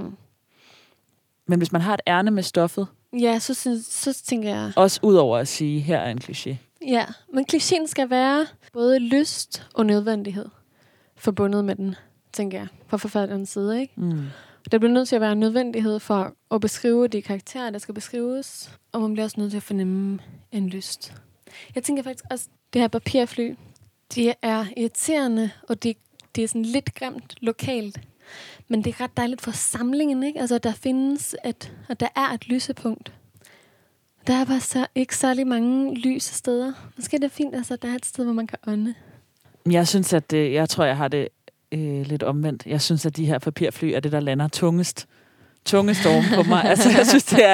Men hvis man har et ærne med stoffet, ja, så tænker jeg... også ud over at sige, her er en kliché. Ja, men klichéen skal være både lyst og nødvendighed forbundet med den, tænker jeg, fra forfatterens side, ikke? Mm. Der bliver nødt til at være en nødvendighed for at beskrive de karakterer, der skal beskrives, og man bliver også nødt til at fornemme en lyst. Jeg tænker faktisk også, det her papirfly, det er irriterende, og det er sådan lidt grimt lokalt. Men det er ret dejligt for samlingen, ikke? Altså, der findes og der er et lysepunkt. Der er bare ikke særlig mange lyse steder. Måske er det fint, altså, der er et sted, hvor man kan ånde. Jeg synes, at jeg tror, jeg har det lidt omvendt. Jeg synes, at de her papirfly er det, der lander tungest oven på mig. Altså, jeg synes, det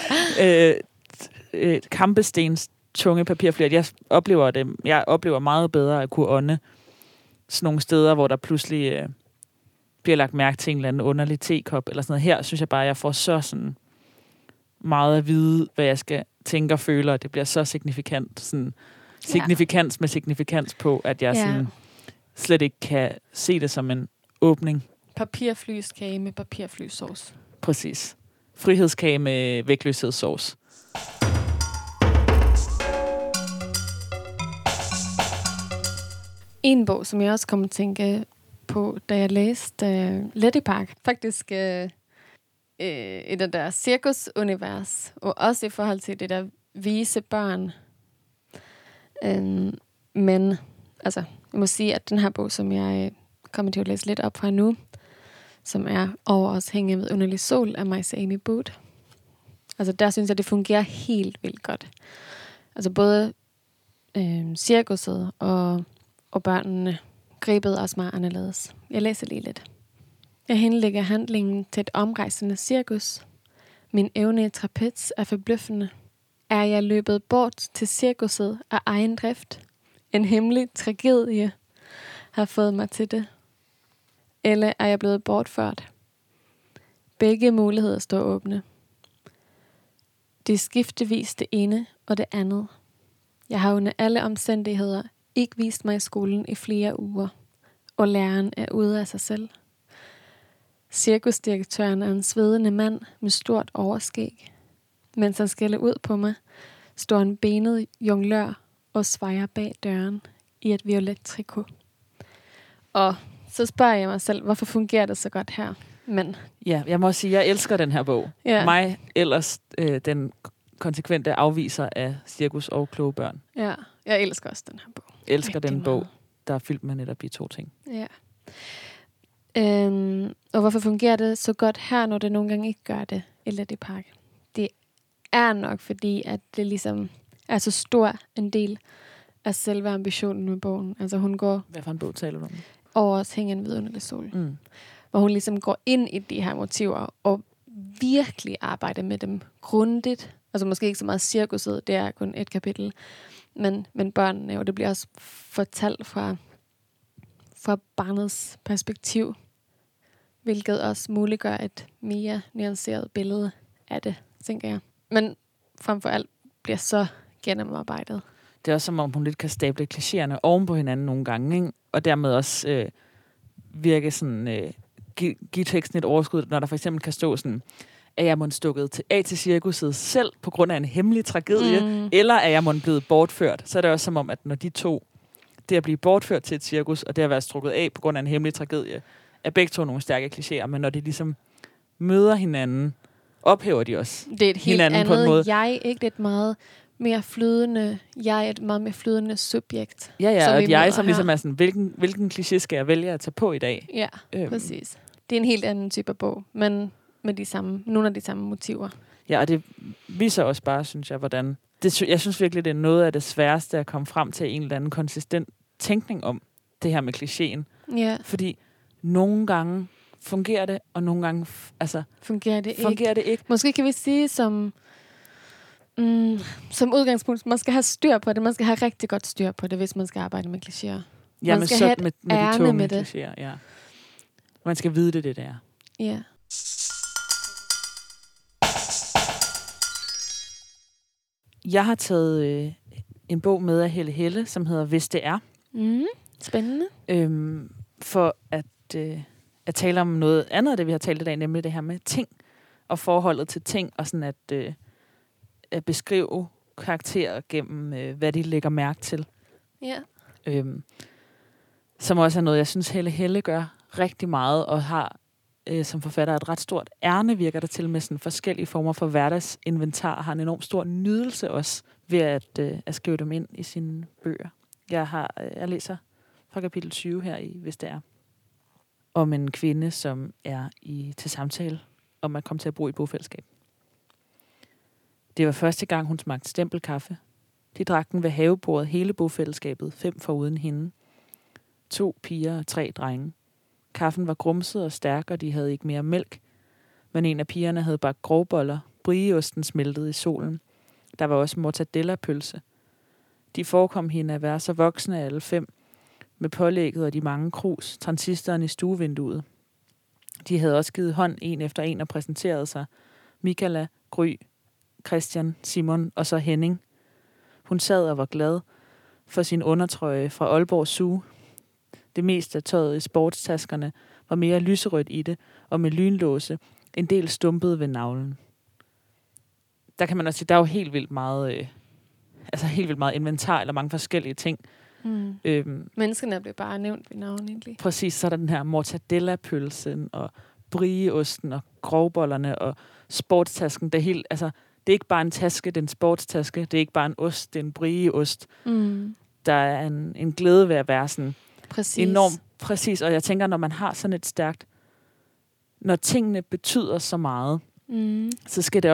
er kampestens tunge papirfly. Jeg oplever meget bedre at kunne ånde sådan nogle steder, hvor der pludselig bliver lagt mærke til en eller anden underlig tekop eller sådan noget. Her synes jeg bare, at jeg får så sådan meget at vide, hvad jeg skal tænke og føle, og det bliver så signifikant. Sådan signifikans med signifikans på, at jeg sådan slet ikke kan se det som en åbning. Papirflyskage med papirflysauce. Præcis. Frihedskage med vægtløshedssauce. En bog, som jeg også kom til at tænke på, da jeg læste Letty Park. Faktisk i det der cirkusunivers, og også i forhold til det der vise børn. Men altså, jeg må sige, at den her bog, som jeg kommer til at læse lidt op fra nu, som er Over os hænge ved underlig sol af Maise Amy Booth. Altså der synes jeg, det fungerer helt vildt godt. Altså både cirkuset og børnene gribede også meget anderledes. Jeg læser lige lidt. Jeg henlægger handlingen til et omrejsende cirkus. Min evne i trapez er forbløffende. Er jeg løbet bort til cirkuset af egen drift? En hemmelig tragedie har fået mig til det. Eller er jeg blevet bortført? Begge muligheder står åbne. Det er skiftevis det ene og det andet. Jeg har under alle omstændigheder ikke vist mig i skolen i flere uger, og læreren er ude af sig selv. Cirkusdirektøren er en svedende mand med stort overskæg. Mens han skælder ud på mig, står en benet jonglør og svejer bag døren i et violet trikot. Og så spørger jeg mig selv, hvorfor fungerer det så godt her? Men ja, jeg må sige, jeg elsker den her bog. Ja. Mig ellers den konsekvente afviser af cirkus og kloge børn. ja, jeg elsker også den her bog. Elsker Rigtig den bog, meget. der er fyldt med netop de to ting. Ja. Og hvorfor fungerer det så godt her, når det nogle gange ikke gør det i Letty Park? Det er nok fordi, at det ligesom er så stor en del af selve ambitionen med bogen. Altså hun går Hvad for en bog taler du om? over os hængen ved underlig sol. Mm. Hvor hun ligesom går ind i de her motiver og virkelig arbejder med dem grundigt. Altså måske ikke så meget cirkuset, det er kun et kapitel. Men børnene, og det bliver også fortalt fra barnets perspektiv. Hvilket også muliggør et mere nuanceret billede af det, tænker jeg. Men frem for alt bliver så gennemarbejdet. Det er også som om, hun lidt kan stable klichéerne oven på hinanden nogle gange, ikke? Og dermed også virke sådan, give teksten et overskud, når der for eksempel kan stå sådan, er jeg måtte stukket af til cirkuset selv på grund af en hemmelig tragedie, eller er jeg måtte blevet bortført? Så er det også som om, at når de to, det at blive bortført til et cirkus, og det at være strukket af på grund af en hemmelig tragedie, er begge to nogle stærke klichéer, men når de ligesom møder hinanden, ophæver de også Det er et helt hinanden på en andet måde. jeg, ikke? Det er et meget mere flydende, jeg er et meget mere flydende subjekt. Ja, som og vi jeg møder som her. ligesom er sådan, hvilken kliché skal jeg vælge at tage på i dag? Ja, præcis. Det er en helt anden type af bog, men med nogle af de samme motiver. Ja, og det viser også bare, synes jeg, hvordan... Jeg synes virkelig, det er noget af det sværeste at komme frem til en eller anden konsistent tænkning om det her med klichéen. Ja, Fordi nogle gange fungerer det, og nogle gange fungerer det det ikke. Måske kan vi sige som udgangspunkt, man skal have styr på det. Man skal have rigtig godt styr på det, hvis man skal arbejde med klichéer. Ja, Man men skal så have et med de ærne tunge med det. klichéer, ja. Man skal vide det der. Ja. Jeg har taget en bog med af Helle Helle, som hedder Hvis det er. Spændende. For at tale om noget andet af det, vi har talt i dag, nemlig det her med ting og forholdet til ting, og sådan at beskrive karakterer gennem, hvad de lægger mærke til. Ja. Som også er noget, jeg synes, Helle Helle gør rigtig meget, og har som forfatter et ret stort ærne, virker der til med sådan forskellige former for hverdagsinventar, har en enormt stor nydelse også ved at skrive dem ind i sine bøger. Jeg læser fra kapitel 20 her i Hvis det er, om en kvinde, som er til samtale om at komme til at bo i bofællesskab. Det var første gang, hun smagte stempelkaffe. De drak den ved havebordet hele bofællesskabet, 5 foruden hende. 2 piger og 3 drenge. Kaffen var grumset og stærk, og de havde ikke mere mælk. Men en af pigerne havde bagt grovboller, brieosten smeltede i solen. Der var også mortadella-pølse. De forekom hende at være så voksne alle 5, med pålægget og de mange krus, transistoren i stuevinduet. De havde også givet hånd en efter en og præsenteret sig. Michaela, Gry, Christian, Simon og så Henning. Hun sad og var glad for sin undertrøje fra Aalborg Zoo. Det meste af tøjet i sportstaskerne var mere lyserødt i det, og med lynlåse, en del stumpede ved navlen. Der kan man også sige, der er jo helt vildt meget inventar, eller mange forskellige ting. Menneskerne blev bare nævnt ved navn egentlig. Præcis, så er der den her mortadella-pølsen, og brieosten og grovbollerne og sportstasken. Det er helt, altså, det er ikke bare en taske, det er en sportstaske. Det er ikke bare en ost, det er en brieost. Der er en glæde ved at være sådan enormt præcis. Og jeg tænker, når man har sådan et stærkt, når tingene betyder så meget, så skal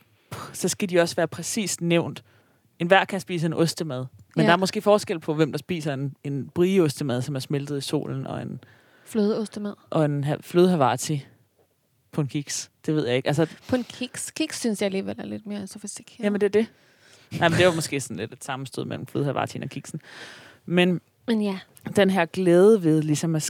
de også være præcist nævnt. Enhver kan spise en ostemad. Men der er måske forskel på, hvem der spiser en brieostemad, som er smeltet i solen, og en flødeostemad. Og en flødehavarti på en kiks. Det ved jeg ikke. Altså, på en kiks? Kiks synes jeg alligevel er lidt mere sofistikeret. Jamen, det er det. Nej, men det var måske sådan lidt et sammenstød mellem flødehavartien og kiksen. Men ja. Den her glæde ved ligesom at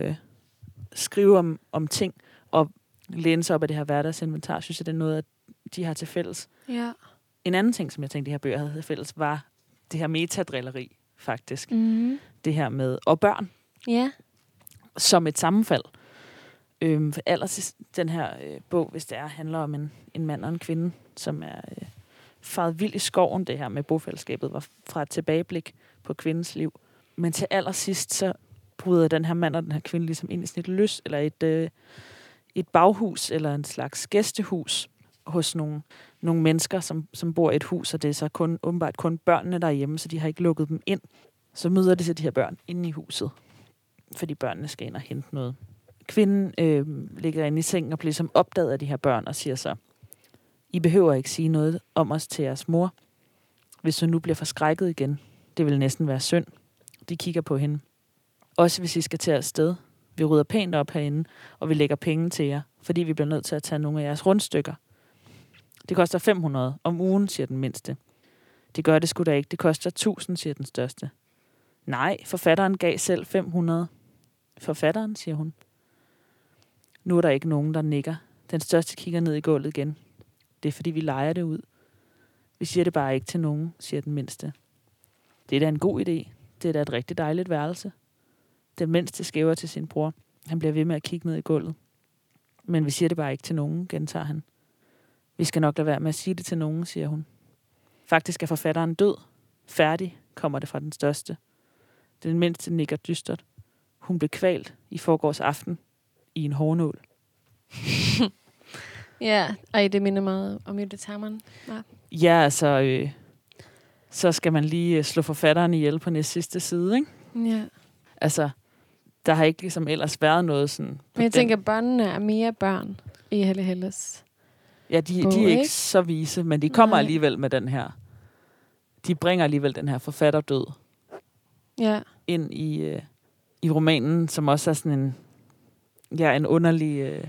skrive om ting, og læne sig op af det her hverdagsinventar, synes jeg, det er noget, at de har til fælles. Ja. En anden ting, som jeg tænkte, de her bøger havde til fælles, var det her metadrilleri, faktisk. Det her med, og børn. Ja. Som et sammenfald. Allersidst den her bog, hvis det handler om en mand og en kvinde, som er faret vild i skoven. Det her med bofællesskabet var fra et tilbageblik på kvindens liv. Men til allersidst, så bryder den her mand og den her kvinde ligesom ind i sådan et løs, eller et baghus, eller en slags gæstehus hos nogle mennesker, som bor i et hus, og det er så åbenbart kun børnene, der er hjemme, så de har ikke lukket dem ind. Så møder de så de her børn inde i huset, fordi børnene skal ind og hente noget. Kvinden ligger inde i sengen og bliver ligesom opdaget af de her børn og siger så, I behøver ikke sige noget om os til jeres mor, hvis hun nu bliver forskrækket igen. Det vil næsten være synd. De kigger på hende. Også hvis I skal til afsted. Vi rydder pænt op herinde, og vi lægger penge til jer, fordi vi bliver nødt til at tage nogle af jeres rundstykker. Det koster 500 om ugen, siger den mindste. Det gør det sgu da ikke. Det koster 1000, siger den største. Nej, forfatteren gav selv 500. Forfatteren, siger hun. Nu er der ikke nogen, der nikker. Den største kigger ned i gulvet igen. Det er, fordi vi leger det ud. Vi siger det bare ikke til nogen, siger den mindste. Det er da en god idé. Det er da et rigtig dejligt værelse. Den mindste skæver til sin bror. Han bliver ved med at kigge ned i gulvet. Men vi siger det bare ikke til nogen, gentager han. Vi skal nok lade være med at sige det til nogen, siger hun. Faktisk er forfatteren død. Færdig, kommer det fra den største. Den mindste nikker dystert. Hun blev kvalt i forgårs aften i en hårnål. Ja, og det minder meget om Judith Hermann. Ja, altså, så skal man lige slå forfatteren ihjel på næste sidste side, ikke? Ja. Altså, der har ikke ligesom ellers været noget sådan... Men jeg tænker, at børnene er mere børn i Helle Helles. Ja, de er ikke så vise, men de kommer alligevel med den her... De bringer alligevel den her forfatterdød ind i romanen, som også er sådan en underlig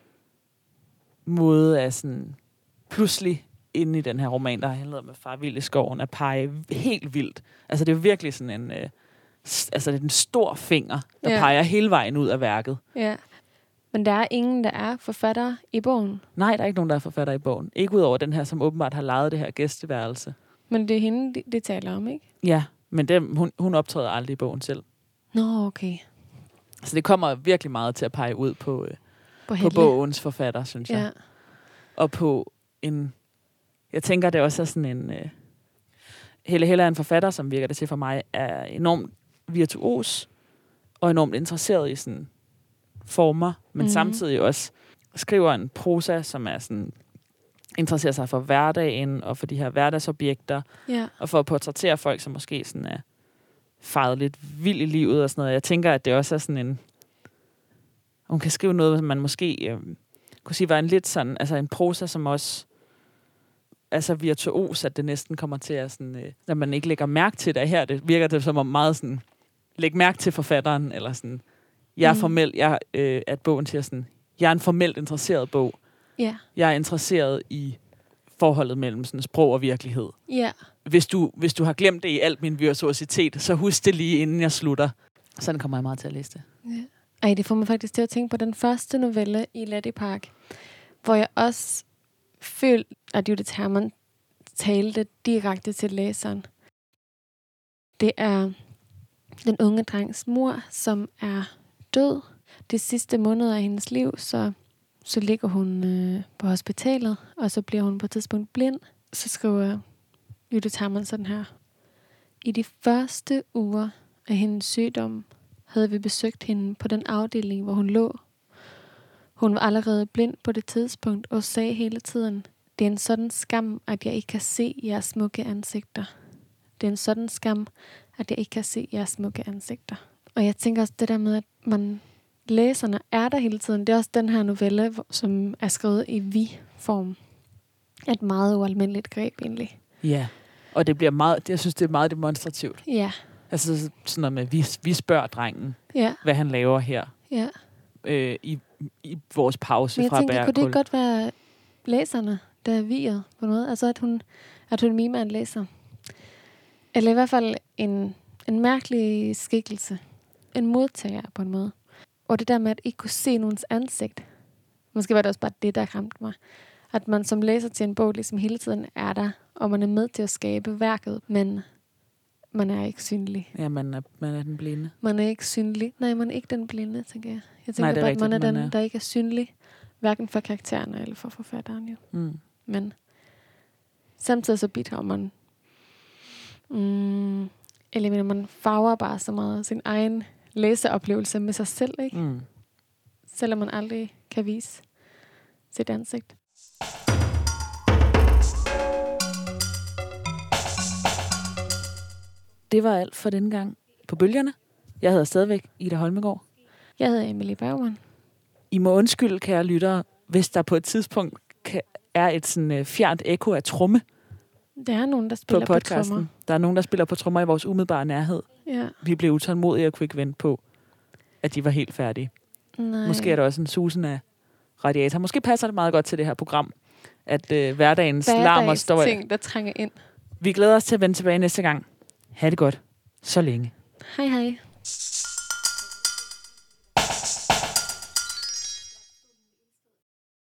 måde af sådan pludselig inde i den her roman, der handler om Far vild i skoven, at pege helt vildt. Altså det er virkelig sådan en... altså det er en stor finger, der peger hele vejen ud af værket. Ja. Men der er ingen, der er forfatter i bogen? Nej, der er ikke nogen, der er forfatter i bogen. Ikke ud over den her, som åbenbart har lejet det her gæsteværelse. Men det er hende, det taler om, ikke? Ja, men hun optræder aldrig i bogen selv. Nå, okay. Så det kommer virkelig meget til at pege ud på bogens forfatter, synes jeg. Og på en... Jeg tænker, det også er sådan en... Helle er en forfatter, som virker det til for mig, er enormt virtuos og enormt interesseret i sådan former, men samtidig også skriver en prosa, som er sådan interesserer sig for hverdagen og for de her hverdagsobjekter, og for at portrættere folk, som måske sådan er faret lidt vild i livet og sådan noget. Jeg tænker, at det også er sådan en... Hun kan skrive noget, som man måske kunne sige var en lidt sådan... Altså en prosa, som også er så virtuos, at det næsten kommer til at sådan... Når man ikke lægger mærke til det her, det virker det som om meget sådan... Læg mærke til forfatteren, eller sådan... Jeg er formelt... at bogen siger sådan... Jeg er en formelt interesseret bog. Yeah. Jeg er interesseret i forholdet mellem sådan sprog og virkelighed. Yeah. Hvis du har glemt det i alt min virtuositet, så husk det lige, inden jeg slutter. Sådan kommer jeg meget til at læse det. Yeah. Ej, det får mig faktisk til at tænke på den første novelle i Letty Park, hvor jeg også følte, at Judith Hermann talte direkte til læseren. Det er den unge drengs mor, som er død. De sidste måneder af hendes liv, så ligger hun på hospitalet, og så bliver hun på et tidspunkt blind. Så skriver Judith Hermann sådan her. I de første uger af hendes sygdom havde vi besøgt hende på den afdeling, hvor hun lå. Hun var allerede blind på det tidspunkt og sagde hele tiden, det er en sådan skam, at jeg ikke kan se jeres smukke ansigter. Det er en sådan skam, at jeg ikke kan se jeres smukke ansigter. Og jeg tænker også det der med, at læserne er der hele tiden. Det er også den her novelle, som er skrevet i vi-form. Et meget ualmindeligt greb egentlig. Ja, og det bliver meget, jeg synes, det er meget demonstrativt. Ja. Altså sådan noget med, vi spørger drengen, Ja. hvad han laver her Ja. I vores pause Men fra jeg tænker, kunne det Bærkul. ikke godt være læserne, der er viet på noget? Altså, at hun mimer en læser. Eller i hvert fald en mærkelig skikkelse. En modtager på en måde. Og det der med, at ikke kunne se nogens ansigt. Måske var det også bare det, der ramte mig. At man som læser til en bog ligesom hele tiden er der, og man er med til at skabe værket, men man er ikke synlig. Ja, man er den blinde. Man er ikke synlig. Nej, man er ikke den blinde, tænker jeg. Jeg tænker Nej, det er bare, rigtigt, at man er man den, er. der ikke er synlig. Hverken for karaktererne eller for forfatteren, jo. Mm. Men samtidig så bidrager man. Eller mener, man farver bare så meget sin egen læseoplevelse med sig selv, ikke? Mm. Selvom man aldrig kan vise sit ansigt. Det var alt for denne gang på Bølgerne. Jeg hedder stadigvæk Ida Holmegaard. Jeg hedder Emilie Bergman. I må undskylde, kære lyttere, hvis der på et tidspunkt er et sådan fjernt ekko af tromme Der er nogen, der på spiller på podcasten. trommer. Der er nogen, der spiller på trommer i vores umiddelbare nærhed. Ja. Vi blev utålmodige og kunne ikke vente på, at de var helt færdige. Nej. Måske er der også en susen af radiator. Måske passer det meget godt til det her program, at hverdagens larm og støj. ting, der trænger ind. Vi glæder os til at vende tilbage næste gang. Ha' det godt. Så længe. Hej hej.